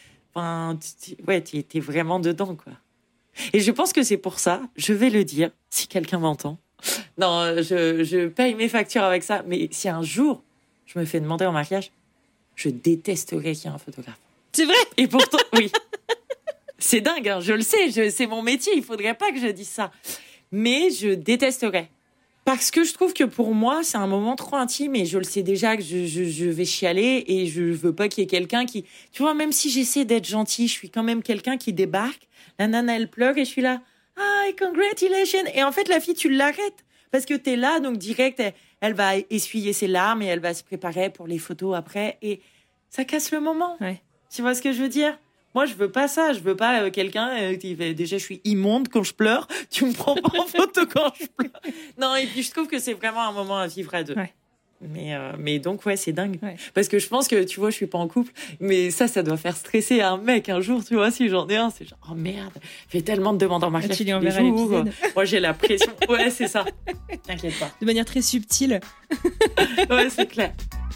t'es vraiment dedans, quoi. Et je pense que c'est pour ça, je vais le dire, si quelqu'un m'entend. Non, je paye mes factures avec ça. Mais si un jour, je me fais demander en mariage, je détesterais qu'il y ait un photographe. C'est vrai ? Et pourtant, oui. C'est dingue, hein, je le sais, c'est mon métier, il faudrait pas que je dise ça. Mais je détesterais. Parce que je trouve que pour moi, c'est un moment trop intime et je le sais déjà que je vais chialer et je veux pas qu'il y ait quelqu'un qui... Tu vois, même si j'essaie d'être gentille, je suis quand même quelqu'un qui débarque. La nana, elle pleure et je suis là. « Hi, congratulations !» Et en fait, la fille, tu l'arrêtes parce que t'es là, donc direct, elle va essuyer ses larmes et elle va se préparer pour les photos après. Et ça casse le moment. Ouais. Tu vois ce que je veux dire ? Moi, je veux pas ça. Je veux pas quelqu'un qui fait déjà, je suis immonde quand je pleure. Tu me prends pas en photo quand je pleure. Non, et puis je trouve que c'est vraiment un moment à vivre à deux. Ouais. Mais donc, ouais, c'est dingue. Ouais. Parce que je pense que, tu vois, je suis pas en couple. Mais ça doit faire stresser un mec un jour, tu vois, si j'en ai un. C'est genre, oh merde, il fait tellement de demandes en mariage Tu lui tous les enverras jours. l'épisode. Moi, j'ai la pression. Ouais, c'est ça. T'inquiète pas. De manière très subtile. Ouais, c'est clair.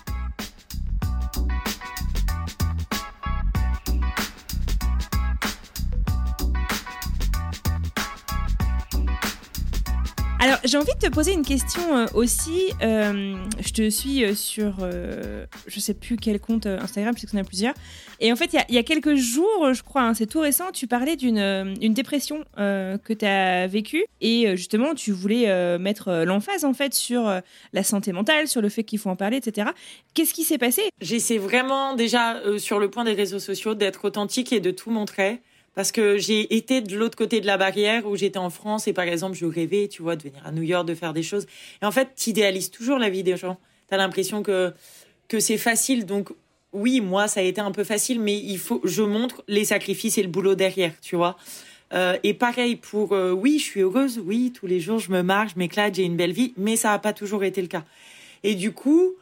Alors, j'ai envie de te poser une question aussi. Je te suis sur, je sais plus quel compte Instagram, puisqu'il y en a plusieurs. Et en fait, il y a quelques jours, je crois, hein, c'est tout récent, tu parlais d'une dépression que tu as vécue. Et justement, tu voulais mettre l'emphase, en fait, sur la santé mentale, sur le fait qu'il faut en parler, etc. Qu'est-ce qui s'est passé ? J'essaie vraiment, déjà, sur le point des réseaux sociaux, d'être authentique et de tout montrer. Parce que j'ai été de l'autre côté de la barrière où j'étais en France et par exemple, je rêvais, tu vois, de venir à New York, de faire des choses. Et en fait, t'idéalises toujours la vie des gens. T'as l'impression que c'est facile. Donc, oui, moi, ça a été un peu facile, mais je montre les sacrifices et le boulot derrière, tu vois. Et pareil pour, oui, je suis heureuse, oui, tous les jours, je me marre, je m'éclate, j'ai une belle vie, mais ça n'a pas toujours été le cas. Et du coup,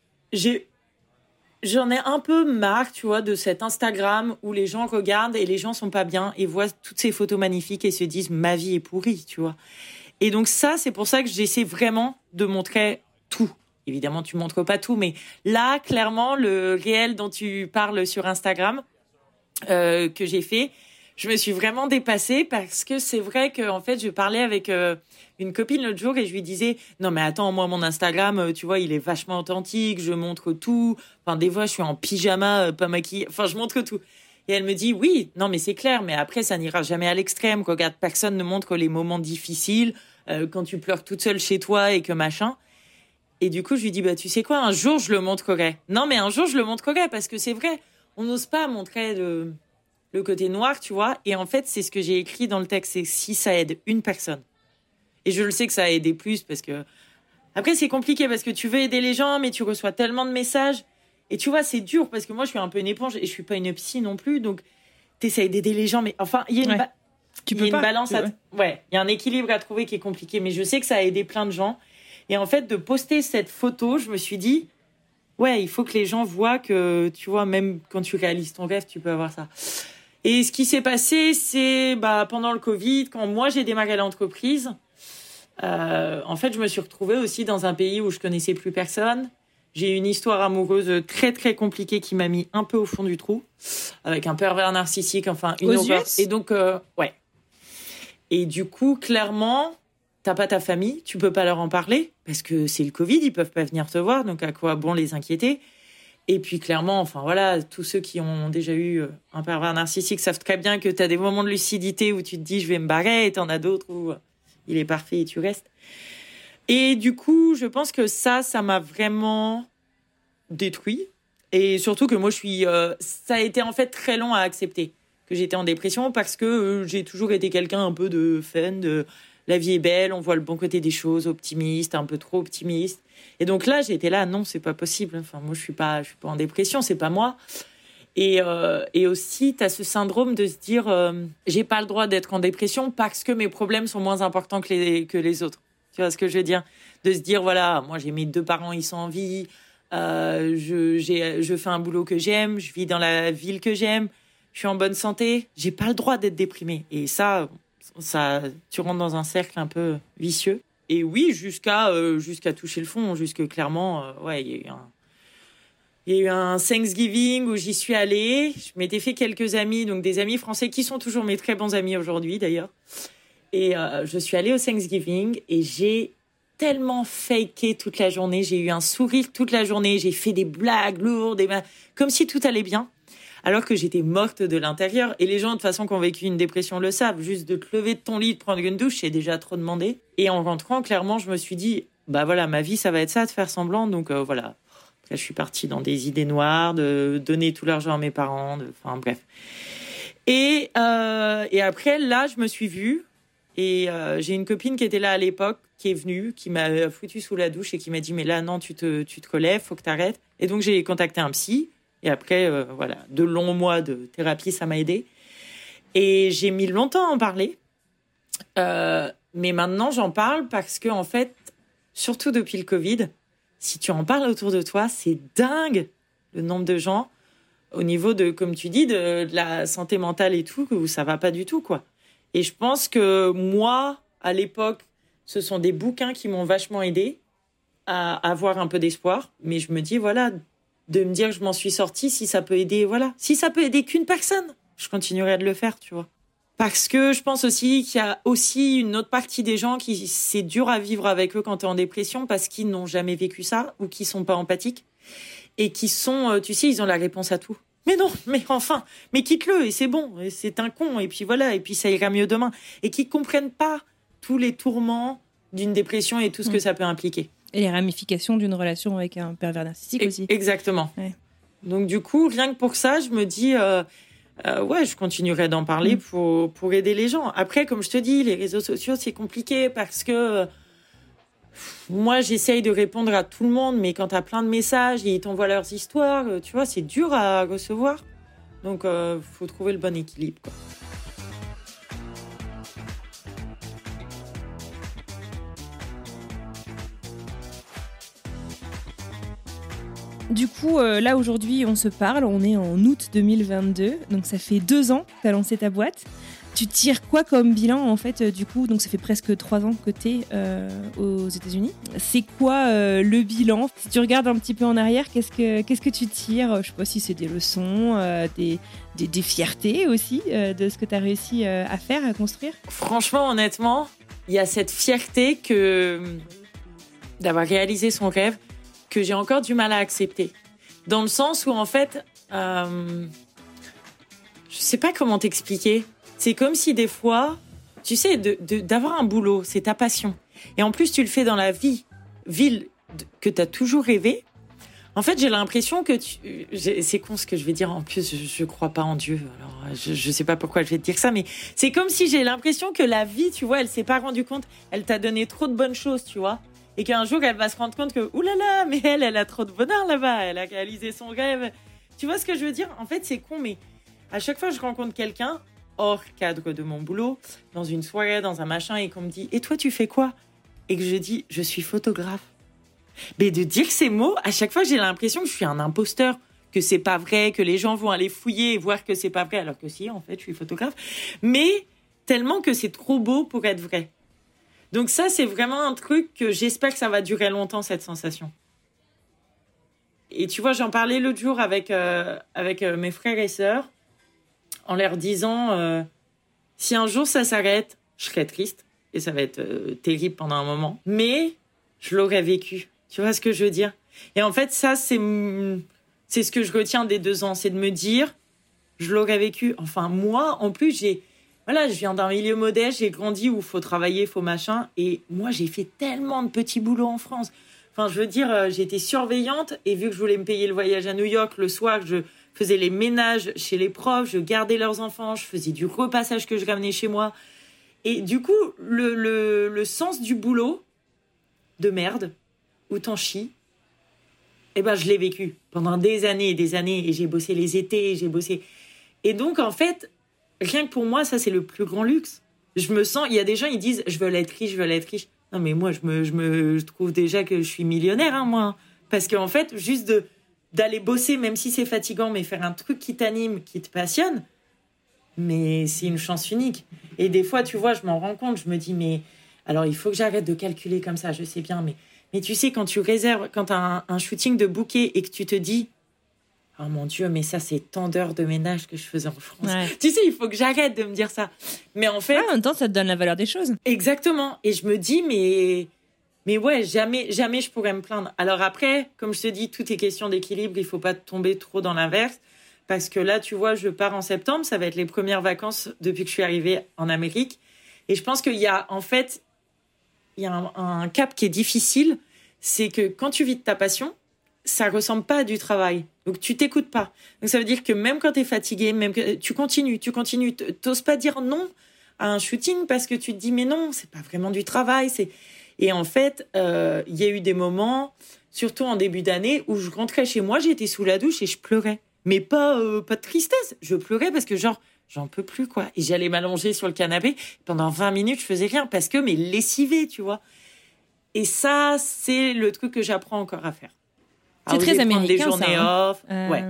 j'en ai un peu marre, tu vois, de cet Instagram où les gens regardent et les gens sont pas bien et voient toutes ces photos magnifiques et se disent ma vie est pourrie, tu vois. Et donc ça, c'est pour ça que j'essaie vraiment de montrer tout. Évidemment, tu montres pas tout, mais là, clairement, le réel dont tu parles sur Instagram, que j'ai fait, je me suis vraiment dépassée parce que c'est vrai que, en fait, je parlais avec une copine l'autre jour et je lui disais non mais attends, moi mon Instagram, tu vois, il est vachement authentique, je montre tout. Enfin des fois je suis en pyjama, pas maquillée, enfin je montre tout. Et elle me dit oui, non mais c'est clair, mais après ça n'ira jamais à l'extrême. Regarde, personne ne montre les moments difficiles quand tu pleures toute seule chez toi et que machin. Et du coup je lui dis bah tu sais quoi, un jour je le montrerai. Non mais un jour je le montrerai parce que c'est vrai, on n'ose pas montrer le côté noir, tu vois. Et en fait c'est ce que j'ai écrit dans le texte, c'est si ça aide une personne. Et je le sais que ça a aidé plus parce que... Après, c'est compliqué parce que tu veux aider les gens, mais tu reçois tellement de messages. Et tu vois, c'est dur parce que moi, je suis un peu une éponge et je suis pas une psy non plus. Donc, t'essayes d'aider les gens. Mais enfin, il y a une balance. Ouais, il y a un équilibre à trouver qui est compliqué. Mais je sais que ça a aidé plein de gens. Et en fait, de poster cette photo, je me suis dit... Ouais, il faut que les gens voient que, tu vois, même quand tu réalises ton rêve, tu peux avoir ça. Et ce qui s'est passé, c'est pendant le Covid, quand moi, j'ai démarré l'entreprise... en fait, je me suis retrouvée aussi dans un pays où je connaissais plus personne. J'ai eu une histoire amoureuse très très compliquée qui m'a mis un peu au fond du trou, avec un pervers narcissique, enfin une horreur. Et donc, ouais. Et du coup, clairement, t'as pas ta famille, tu peux pas leur en parler parce que c'est le Covid, ils peuvent pas venir te voir, donc à quoi bon les inquiéter. Et puis clairement, enfin voilà, tous ceux qui ont déjà eu un pervers narcissique savent très bien que t'as des moments de lucidité où tu te dis je vais me barrer, et t'en as d'autres où il est parfait et tu restes. Et du coup, je pense que ça m'a vraiment détruit. Et surtout que moi, ça a été en fait très long à accepter que j'étais en dépression parce que j'ai toujours été quelqu'un un peu de fun, de la vie est belle, on voit le bon côté des choses, optimiste, un peu trop optimiste. Et donc là, j'étais là, non, c'est pas possible. Enfin, moi, je suis pas en dépression, c'est pas moi. Et aussi, tu as ce syndrome de se dire, j'ai pas le droit d'être en dépression parce que mes problèmes sont moins importants que les autres. Tu vois ce que je veux dire? De se dire, voilà, moi, j'ai mes 2 parents, ils sont en vie, je fais un boulot que j'aime, je vis dans la ville que j'aime, je suis en bonne santé, j'ai pas le droit d'être déprimée. Et ça, tu rentres dans un cercle un peu vicieux. Et oui, jusqu'à toucher le fond, jusque clairement, ouais, il y a eu un Thanksgiving où j'y suis allée. Je m'étais fait quelques amis, donc des amis français qui sont toujours mes très bons amis aujourd'hui d'ailleurs. Et je suis allée au Thanksgiving et j'ai tellement faké toute la journée. J'ai eu un sourire toute la journée. J'ai fait des blagues lourdes, comme si tout allait bien. Alors que j'étais morte de l'intérieur. Et les gens, de toute façon, qui ont vécu une dépression le savent. Juste de te lever de ton lit, de prendre une douche, c'est déjà trop demandé. Et en rentrant, clairement, je me suis dit, bah voilà, ma vie, ça va être ça, de faire semblant. Donc voilà. Là, je suis partie dans des idées noires, de donner tout l'argent à mes parents. Enfin, bref. Et après, là, je me suis vue. Et j'ai une copine qui était là à l'époque, qui est venue, qui m'a foutu sous la douche et qui m'a dit, mais là, non, tu te relèves, faut que t'arrêtes. Et donc, j'ai contacté un psy. Et après, voilà, de longs mois de thérapie, ça m'a aidée. Et j'ai mis longtemps à en parler. Mais maintenant, j'en parle parce que, en fait, surtout depuis le Covid, si tu en parles autour de toi, c'est dingue le nombre de gens au niveau de, comme tu dis, de la santé mentale et tout, où ça va pas du tout, quoi. Et je pense que moi, à l'époque, ce sont des bouquins qui m'ont vachement aidée à avoir un peu d'espoir. Mais je me dis, voilà, de me dire que je m'en suis sortie, si ça peut aider, voilà. Si ça peut aider qu'une personne, je continuerai de le faire, tu vois. Parce que je pense aussi qu'il y a aussi une autre partie des gens qui, c'est dur à vivre avec eux quand t'es en dépression parce qu'ils n'ont jamais vécu ça ou qui sont pas empathiques et qui sont, tu sais, ils ont la réponse à tout. Mais non, mais enfin, mais quitte-le et c'est bon, et c'est un con et puis voilà, et puis ça ira mieux demain. Et qui comprennent pas tous les tourments d'une dépression et tout ce que ça peut impliquer. Et les ramifications d'une relation avec un pervers narcissique aussi. Exactement. Ouais. Donc du coup, rien que pour ça, je me dis, ouais, je continuerai d'en parler pour aider les gens. Après, comme je te dis, les réseaux sociaux, c'est compliqué parce que moi, j'essaye de répondre à tout le monde, mais quand t'as plein de messages et ils t'envoient leurs histoires, tu vois, c'est dur à recevoir. Donc, faut trouver le bon équilibre, quoi. Du coup, là, aujourd'hui, on se parle. On est en août 2022. Donc, ça fait 2 ans que tu as lancé ta boîte. Tu tires quoi comme bilan, en fait, du coup? Donc, ça fait presque 3 ans que tu es aux États-Unis. C'est quoi le bilan? Si tu regardes un petit peu en arrière, qu'est-ce que tu tires? Je sais pas si c'est des leçons, des fiertés aussi de ce que tu as réussi à faire, à construire. Franchement, honnêtement, il y a cette fierté d'avoir réalisé son rêve que j'ai encore du mal à accepter. Dans le sens où, en fait, je sais pas comment t'expliquer. C'est comme si des fois, tu sais, d'avoir un boulot, c'est ta passion. Et en plus, tu le fais dans la ville que t'as toujours rêvé. En fait, j'ai l'impression que c'est con ce que je vais dire. En plus, je crois pas en Dieu. Alors, je sais pas pourquoi je vais te dire ça, mais c'est comme si j'ai l'impression que la vie, tu vois, elle s'est pas rendue compte. Elle t'a donné trop de bonnes choses, tu vois. Et qu'un jour, elle va se rendre compte que, oulala, mais elle a trop de bonheur là-bas. Elle a réalisé son rêve. Tu vois ce que je veux dire? En fait, c'est con, mais à chaque fois que je rencontre quelqu'un, hors cadre de mon boulot, dans une soirée, dans un machin, et qu'on me dit, et toi, tu fais quoi? Et que je dis, je suis photographe. Mais de dire ces mots, à chaque fois, j'ai l'impression que je suis un imposteur, que c'est pas vrai, que les gens vont aller fouiller et voir que c'est pas vrai, alors que si, en fait, je suis photographe. Mais tellement que c'est trop beau pour être vrai. Donc ça, c'est vraiment un truc que j'espère que ça va durer longtemps, cette sensation. Et tu vois, j'en parlais l'autre jour avec mes frères et sœurs, en leur disant, si un jour ça s'arrête, je serai triste, et ça va être terrible pendant un moment, mais je l'aurais vécu. Tu vois ce que je veux dire? Et en fait, ça, c'est ce que je retiens des 2 ans, c'est de me dire, je l'aurais vécu. Enfin, moi, en plus, je viens d'un milieu modeste, j'ai grandi où il faut travailler, il faut machin. Et moi, j'ai fait tellement de petits boulots en France. Enfin, je veux dire, j'étais surveillante et vu que je voulais me payer le voyage à New York, le soir, je faisais les ménages chez les profs, je gardais leurs enfants, je faisais du repassage que je ramenais chez moi. Et du coup, le sens du boulot de merde, où t'en chies, eh ben, je l'ai vécu pendant des années et des années. Et j'ai bossé les étés, j'ai bossé. Et donc, en fait, rien que pour moi, ça, c'est le plus grand luxe. Je me sens... Il y a des gens, ils disent, je veux être riche, je veux être riche. Non, mais moi, je trouve déjà que je suis millionnaire, hein, moi. Parce qu'en fait, juste d'aller bosser, même si c'est fatigant, mais faire un truc qui t'anime, qui te passionne, mais c'est une chance unique. Et des fois, tu vois, je m'en rends compte, je me dis, mais... Alors, il faut que j'arrête de calculer comme ça, je sais bien, mais tu sais, quand tu réserves, quand tu as un shooting de bouquet et que tu te dis, oh mon Dieu, mais ça, c'est tant d'heures de ménage que je faisais en France. Ouais. Tu sais, il faut que j'arrête de me dire ça. Mais en fait... en même temps, ça te donne la valeur des choses. Exactement. Et je me dis, mais ouais, jamais je pourrais me plaindre. Alors après, comme je te dis, tout est question d'équilibre. Il faut pas tomber trop dans l'inverse. Parce que là, tu vois, je pars en septembre. Ça va être les premières vacances depuis que je suis arrivée en Amérique. Et je pense qu'il y a, en fait, un cap qui est difficile. C'est que quand tu vis de ta passion, ça ressemble pas à du travail. Donc, tu t'écoutes pas. Donc, ça veut dire que même quand t'es fatigué, même que tu continues. T'oses pas dire non à un shooting parce que tu te dis, mais non, c'est pas vraiment du travail. Et en fait, il y a eu des moments, surtout en début d'année, où je rentrais chez moi, j'étais sous la douche et je pleurais. Mais pas de tristesse. Je pleurais parce que j'en peux plus, quoi. Et j'allais m'allonger sur le canapé. Pendant 20 minutes, je faisais rien parce que, mais lessivé, tu vois. Et ça, c'est le truc que j'apprends encore à faire. C'est très américain, des journées ça, off. Ouais.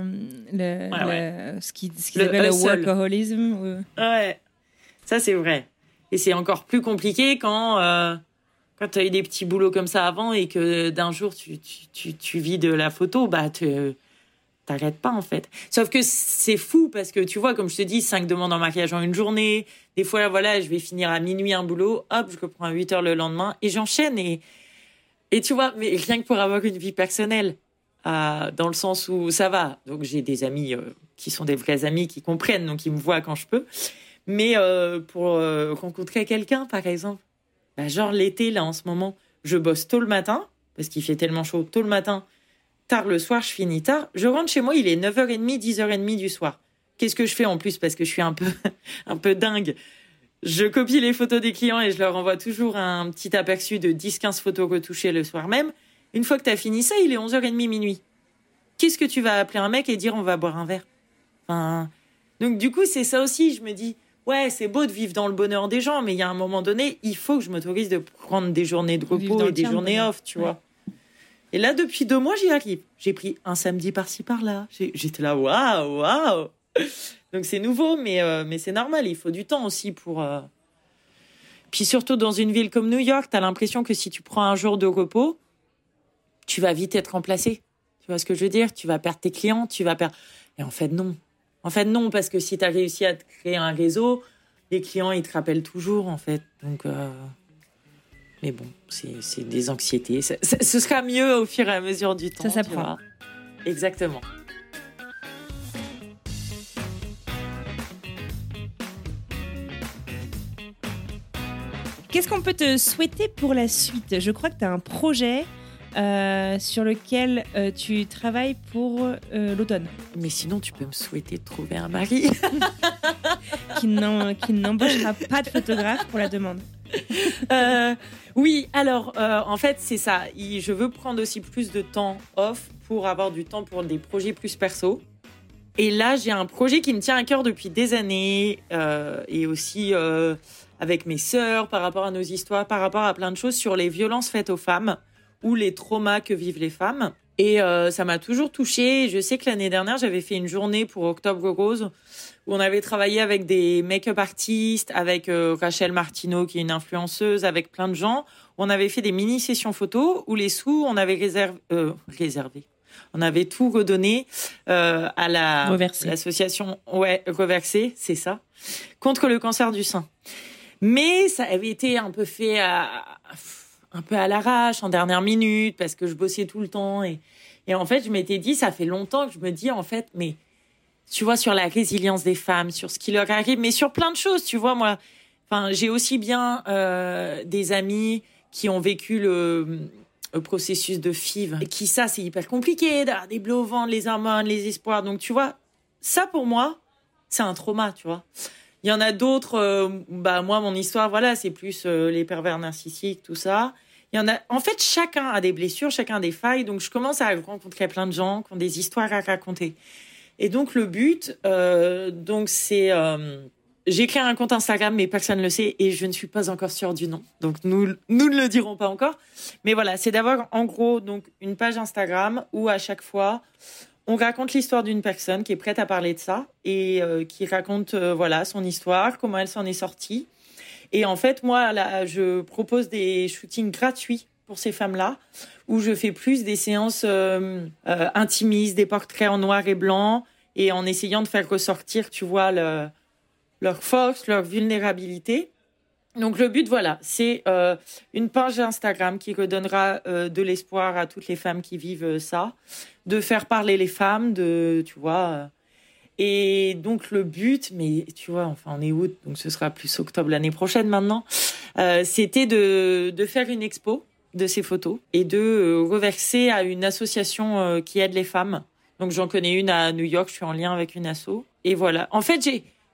Ce qu'ils appellent le workaholism. Ouais. Ça, c'est vrai. Et c'est encore plus compliqué quand tu as eu des petits boulots comme ça avant et que d'un jour, tu vis de la photo, t'arrêtes pas, en fait. Sauf que c'est fou parce que, tu vois, comme je te dis, 5 demandes en maquillage en une journée. Des fois, voilà, je vais finir à minuit un boulot. Hop, je reprends à 8 heures le lendemain et j'enchaîne. Et tu vois, mais rien que pour avoir une vie personnelle, dans le sens où ça va. Donc, j'ai des amis qui sont des vrais amis, qui comprennent, donc ils me voient quand je peux. Mais pour rencontrer quelqu'un, par exemple, genre l'été, là, en ce moment, je bosse tôt le matin, parce qu'il fait tellement chaud, tôt le matin, tard le soir, je finis tard. Je rentre chez moi, il est 9h30, 10h30 du soir. Qu'est-ce que je fais en plus, parce que je suis un peu dingue. Je copie les photos des clients et je leur envoie toujours un petit aperçu de 10-15 photos retouchées le soir même. Une fois que tu as fini ça, il est 11h30, minuit. Qu'est-ce que tu vas appeler un mec et dire on va boire un verre? Donc du coup, c'est ça aussi, je me dis, ouais, c'est beau de vivre dans le bonheur des gens, mais il y a un moment donné, il faut que je m'autorise de prendre des journées de repos et des journées off, tu vois. Et là, depuis 2 mois, j'y arrive. J'ai pris un samedi par-ci, par-là. J'étais là, waouh. Donc c'est nouveau, mais c'est normal, il faut du temps aussi pour... Puis surtout dans une ville comme New York, t'as l'impression que si tu prends un jour de repos, tu vas vite être remplacé. Tu vois ce que je veux dire? Tu vas perdre tes clients, Et en fait, non. Parce que si tu as réussi à te créer un réseau, les clients, ils te rappellent toujours, en fait. Donc, mais bon, c'est des anxiétés. Ce sera mieux au fur et à mesure du temps. Ça s'apprend. Exactement. Qu'est-ce qu'on peut te souhaiter pour la suite? Je crois que tu as un projet sur lequel tu travailles pour l'automne. Mais sinon, tu peux me souhaiter de trouver un mari. qui n'embauchera pas de photographe pour la demande. Oui, alors, en fait, c'est ça. Je veux prendre aussi plus de temps off pour avoir du temps pour des projets plus perso. Et là, j'ai un projet qui me tient à cœur depuis des années et aussi avec mes sœurs, par rapport à nos histoires, par rapport à plein de choses sur les violences faites aux femmes ou les traumas que vivent les femmes. Et ça m'a toujours touchée. Je sais que l'année dernière, j'avais fait une journée pour Octobre Rose où on avait travaillé avec des make-up artistes, avec Rachel Martineau, qui est une influenceuse, avec plein de gens. On avait fait des mini-sessions photos où les sous, on avait réservé. On avait tout redonné à l'association Reversé, c'est ça, contre le cancer du sein. Mais ça avait été un peu fait un peu à l'arrache, en dernière minute, parce que je bossais tout le temps. Et en fait, je m'étais dit, ça fait longtemps que je me dis, en fait, mais tu vois, sur la résilience des femmes, sur ce qui leur arrive, mais sur plein de choses, tu vois, moi. Enfin, j'ai aussi bien des amis qui ont vécu le processus de FIV, qui ça, c'est hyper compliqué, d'avoir des bleus au ventre, les hormones, les espoirs. Donc, tu vois, ça, pour moi, c'est un trauma, tu vois. Il y en a d'autres, moi, mon histoire, voilà, c'est plus les pervers narcissiques, tout ça. Il y en a. En fait, chacun a des blessures, chacun a des failles. Donc, je commence à rencontrer plein de gens qui ont des histoires à raconter. Et donc, le but, c'est... j'ai créé un compte Instagram, mais personne ne le sait et je ne suis pas encore sûre du nom. Donc, nous ne le dirons pas encore. Mais voilà, c'est d'avoir, en gros, donc, une page Instagram où, à chaque fois, on raconte l'histoire d'une personne qui est prête à parler de ça et qui raconte, son histoire, comment elle s'en est sortie. Et en fait, moi, là, je propose des shootings gratuits pour ces femmes-là, où je fais plus des séances intimistes, des portraits en noir et blanc, et en essayant de faire ressortir, tu vois, leur force, leur vulnérabilité. Donc le but, voilà, c'est une page Instagram qui redonnera de l'espoir à toutes les femmes qui vivent ça, de faire parler les femmes, tu vois... Et donc, le but, mais tu vois, enfin, on est août, donc ce sera plus octobre l'année prochaine maintenant, c'était de faire une expo de ces photos et de reverser à une association qui aide les femmes. Donc, j'en connais une à New York, je suis en lien avec une asso. Et voilà. En fait,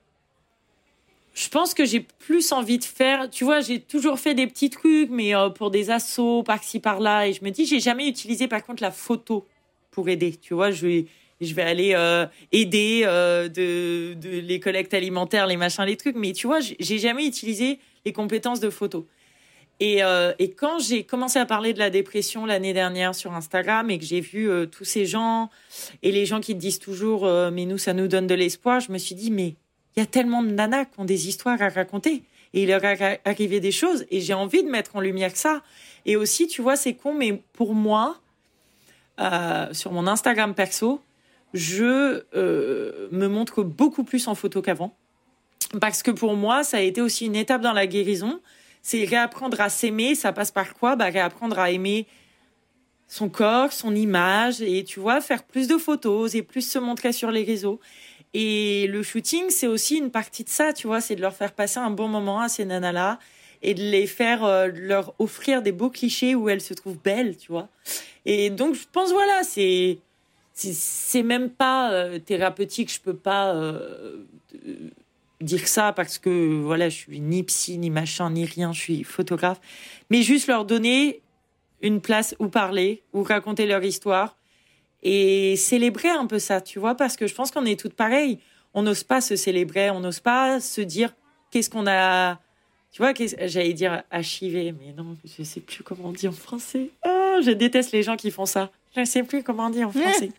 je pense que j'ai plus envie de faire, tu vois, j'ai toujours fait des petits trucs, mais pour des assos, par-ci, par-là. Et je me dis, j'ai jamais utilisé, par contre, la photo pour aider. Tu vois, je vais aller aider de les collectes alimentaires, les machins, les trucs. Mais tu vois, j'ai jamais utilisé les compétences de photo. Et quand j'ai commencé à parler de la dépression l'année dernière sur Instagram et que j'ai vu tous ces gens et les gens qui te disent toujours mais nous, ça nous donne de l'espoir, je me suis dit, mais il y a tellement de nanas qui ont des histoires à raconter et il leur est arrivé des choses et j'ai envie de mettre en lumière ça. Et aussi, tu vois, c'est con, mais pour moi, sur mon Instagram perso, je me montre beaucoup plus en photo qu'avant. Parce que pour moi, ça a été aussi une étape dans la guérison. C'est réapprendre à s'aimer. Ça passe par quoi ? Réapprendre à aimer son corps, son image. Et tu vois, faire plus de photos et plus se montrer sur les réseaux. Et le shooting, c'est aussi une partie de ça, tu vois. C'est de leur faire passer un bon moment à ces nanas-là et de les faire leur offrir des beaux clichés où elles se trouvent belles, tu vois. Et donc, je pense, voilà, c'est même pas thérapeutique. Je peux pas dire ça parce que voilà, je suis ni psy, ni machin, ni rien. Je suis photographe. Mais juste leur donner une place où parler, où raconter leur histoire et célébrer un peu ça, tu vois, parce que je pense qu'on est toutes pareilles. On n'ose pas se célébrer, on n'ose pas se dire qu'est-ce qu'on a... Tu vois, j'allais dire achivé, mais non, je sais plus comment on dit en français. Oh, je déteste les gens qui font ça. Je ne sais plus comment on dit en français.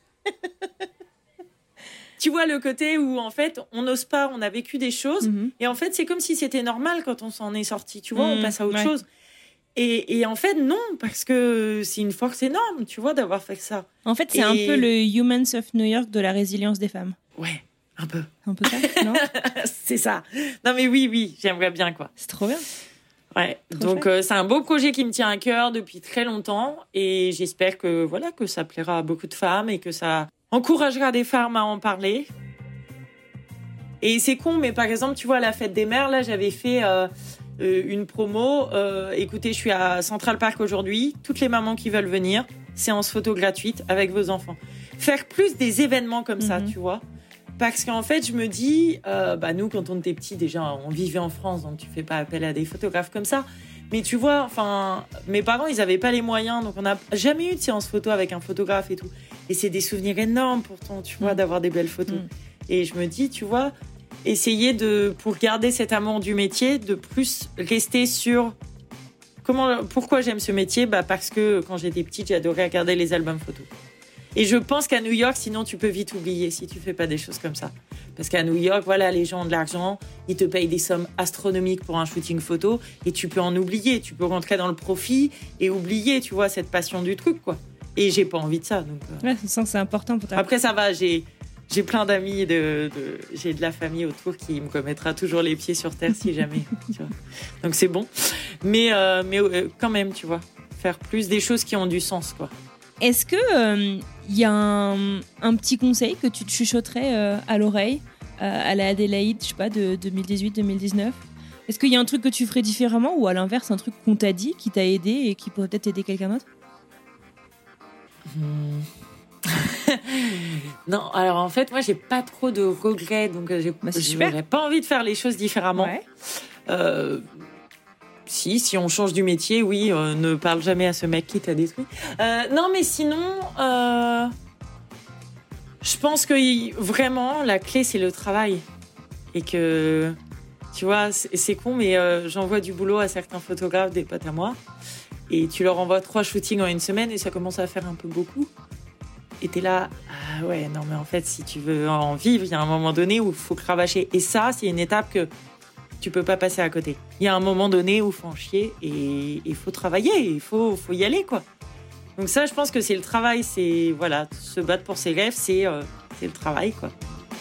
Tu vois le côté où, en fait, on n'ose pas, on a vécu des choses, et en fait, c'est comme si c'était normal quand on s'en est sorti, tu vois, on passe à autre chose. Et en fait, non, parce que c'est une force énorme, tu vois, d'avoir fait ça. En fait, c'est un peu le Humans of New York de la résilience des femmes. Ouais, un peu. Un peu ça, non ? C'est ça. Non, mais oui, j'aimerais bien, quoi. C'est trop bien. Ouais, donc c'est un beau projet qui me tient à cœur depuis très longtemps, et j'espère que, voilà, que ça plaira à beaucoup de femmes et que ça encouragera des femmes à en parler. Et c'est con, mais par exemple, tu vois, à la fête des mères, là, j'avais fait... une promo, écoutez, je suis à Central Park aujourd'hui, toutes les mamans qui veulent venir, séance photo gratuite avec vos enfants. Faire plus des événements comme ça, tu vois. Parce qu'en fait, je me dis, nous, quand on était petits, déjà, on vivait en France, donc tu fais pas appel à des photographes comme ça. Mais tu vois, enfin, mes parents, ils avaient pas les moyens, donc on n'a jamais eu de séance photo avec un photographe et tout. Et c'est des souvenirs énormes pourtant, tu vois, d'avoir des belles photos. Et je me dis, tu vois, essayer pour garder cet amour du métier, de plus rester sur pourquoi j'aime ce métier, parce que quand j'étais petite, j'adorais regarder les albums photos. Et je pense qu'à New York, sinon tu peux vite oublier si tu fais pas des choses comme ça. Parce qu'à New York, voilà, les gens ont de l'argent, ils te payent des sommes astronomiques pour un shooting photo et tu peux en oublier, tu peux rentrer dans le profit et oublier, tu vois, cette passion du truc, quoi. Et j'ai pas envie de ça, donc. Ouais, je sens que c'est important pour toi. Après, ça va, j'ai plein d'amis, j'ai de la famille autour qui me remettra toujours les pieds sur terre si jamais. Tu vois. Donc c'est bon. Mais quand même, tu vois, faire plus des choses qui ont du sens, quoi. Est-ce que y a un petit conseil que tu te chuchoterais à l'oreille à la Adélaïde, je sais pas, de 2018-2019 ? Est-ce qu'il y a un truc que tu ferais différemment ou à l'inverse, un truc qu'on t'a dit, qui t'a aidé et qui pourrait peut-être aider quelqu'un d'autre ? Non, alors en fait, moi, j'ai pas trop de regrets, donc j'aurais pas envie de faire les choses différemment. Ouais. Si on change du métier, oui, ne parle jamais à ce mec qui t'a détruit. Non, mais sinon, je pense que vraiment, la clé, c'est le travail. Et que, tu vois, c'est con, mais j'envoie du boulot à certains photographes, des potes à moi, et tu leur envoies 3 shootings en une semaine, et ça commence à faire un peu beaucoup. Et t'es là, ah ouais, non, mais en fait, si tu veux en vivre, il y a un moment donné où il faut cravacher. Et ça, c'est une étape que tu peux pas passer à côté. Il y a un moment donné où il faut en chier et il faut travailler, il faut y aller, quoi. Donc ça, je pense que c'est le travail, c'est, voilà, se battre pour ses rêves, c'est le travail, quoi.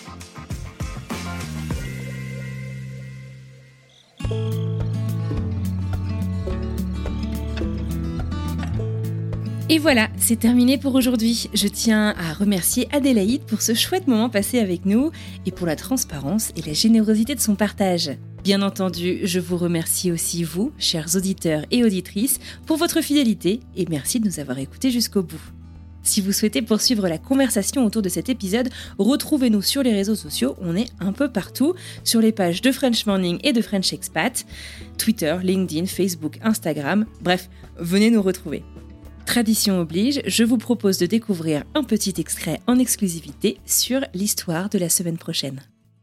Et voilà, c'est terminé pour aujourd'hui. Je tiens à remercier Adélaïde pour ce chouette moment passé avec nous et pour la transparence et la générosité de son partage. Bien entendu, je vous remercie aussi vous, chers auditeurs et auditrices, pour votre fidélité et merci de nous avoir écoutés jusqu'au bout. Si vous souhaitez poursuivre la conversation autour de cet épisode, retrouvez-nous sur les réseaux sociaux, on est un peu partout, sur les pages de French Morning et de French Expat, Twitter, LinkedIn, Facebook, Instagram, bref, venez nous retrouver. Tradition oblige, je vous propose de découvrir un petit extrait en exclusivité sur l'histoire de la semaine prochaine.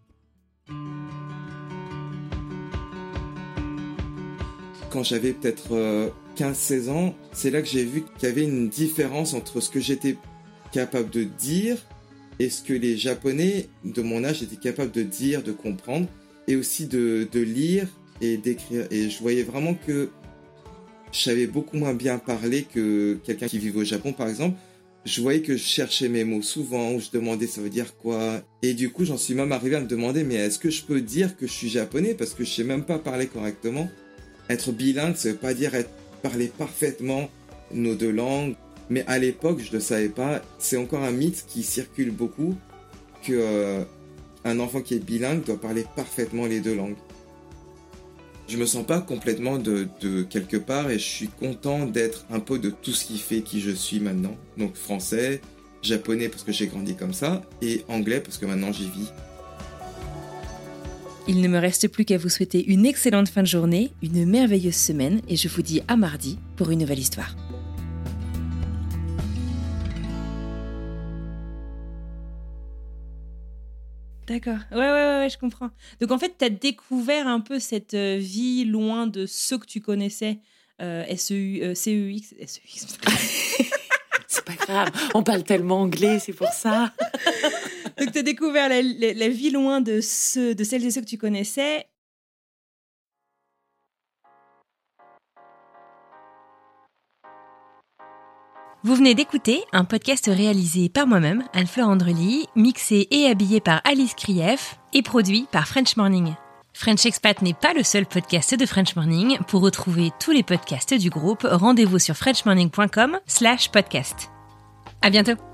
Quand j'avais peut-être 15-16 ans, c'est là que j'ai vu qu'il y avait une différence entre ce que j'étais capable de dire et ce que les Japonais de mon âge étaient capables de dire, de comprendre, et aussi de lire et d'écrire. Et je voyais vraiment que je savais beaucoup moins bien parler que quelqu'un qui vivait au Japon, par exemple. Je voyais que je cherchais mes mots souvent, où je demandais ça veut dire quoi. Et du coup, j'en suis même arrivé à me demander, mais est-ce que je peux dire que je suis japonais parce que je sais même pas parler correctement. Être bilingue, ça veut pas dire parler parfaitement nos 2 langues. Mais à l'époque, je ne le savais pas. C'est encore un mythe qui circule beaucoup que un enfant qui est bilingue doit parler parfaitement les 2 langues. Je me sens pas complètement de quelque part et je suis content d'être un peu de tout ce qui fait qui je suis maintenant. Donc français, japonais parce que j'ai grandi comme ça et anglais parce que maintenant j'y vis. Il ne me reste plus qu'à vous souhaiter une excellente fin de journée, une merveilleuse semaine et je vous dis à mardi pour une nouvelle histoire. D'accord. Ouais, je comprends. Donc en fait, tu as découvert un peu cette vie loin de ceux que tu connaissais, SEUX. C'est pas grave, on parle tellement anglais, c'est pour ça. Donc tu as découvert la vie loin de celles et ceux que tu connaissais. Vous venez d'écouter un podcast réalisé par moi-même, Anne-Fleur Andrely, mixé et habillé par Alice Krief et produit par French Morning. French Expat n'est pas le seul podcast de French Morning. Pour retrouver tous les podcasts du groupe, rendez-vous sur frenchmorning.com/podcast. À bientôt.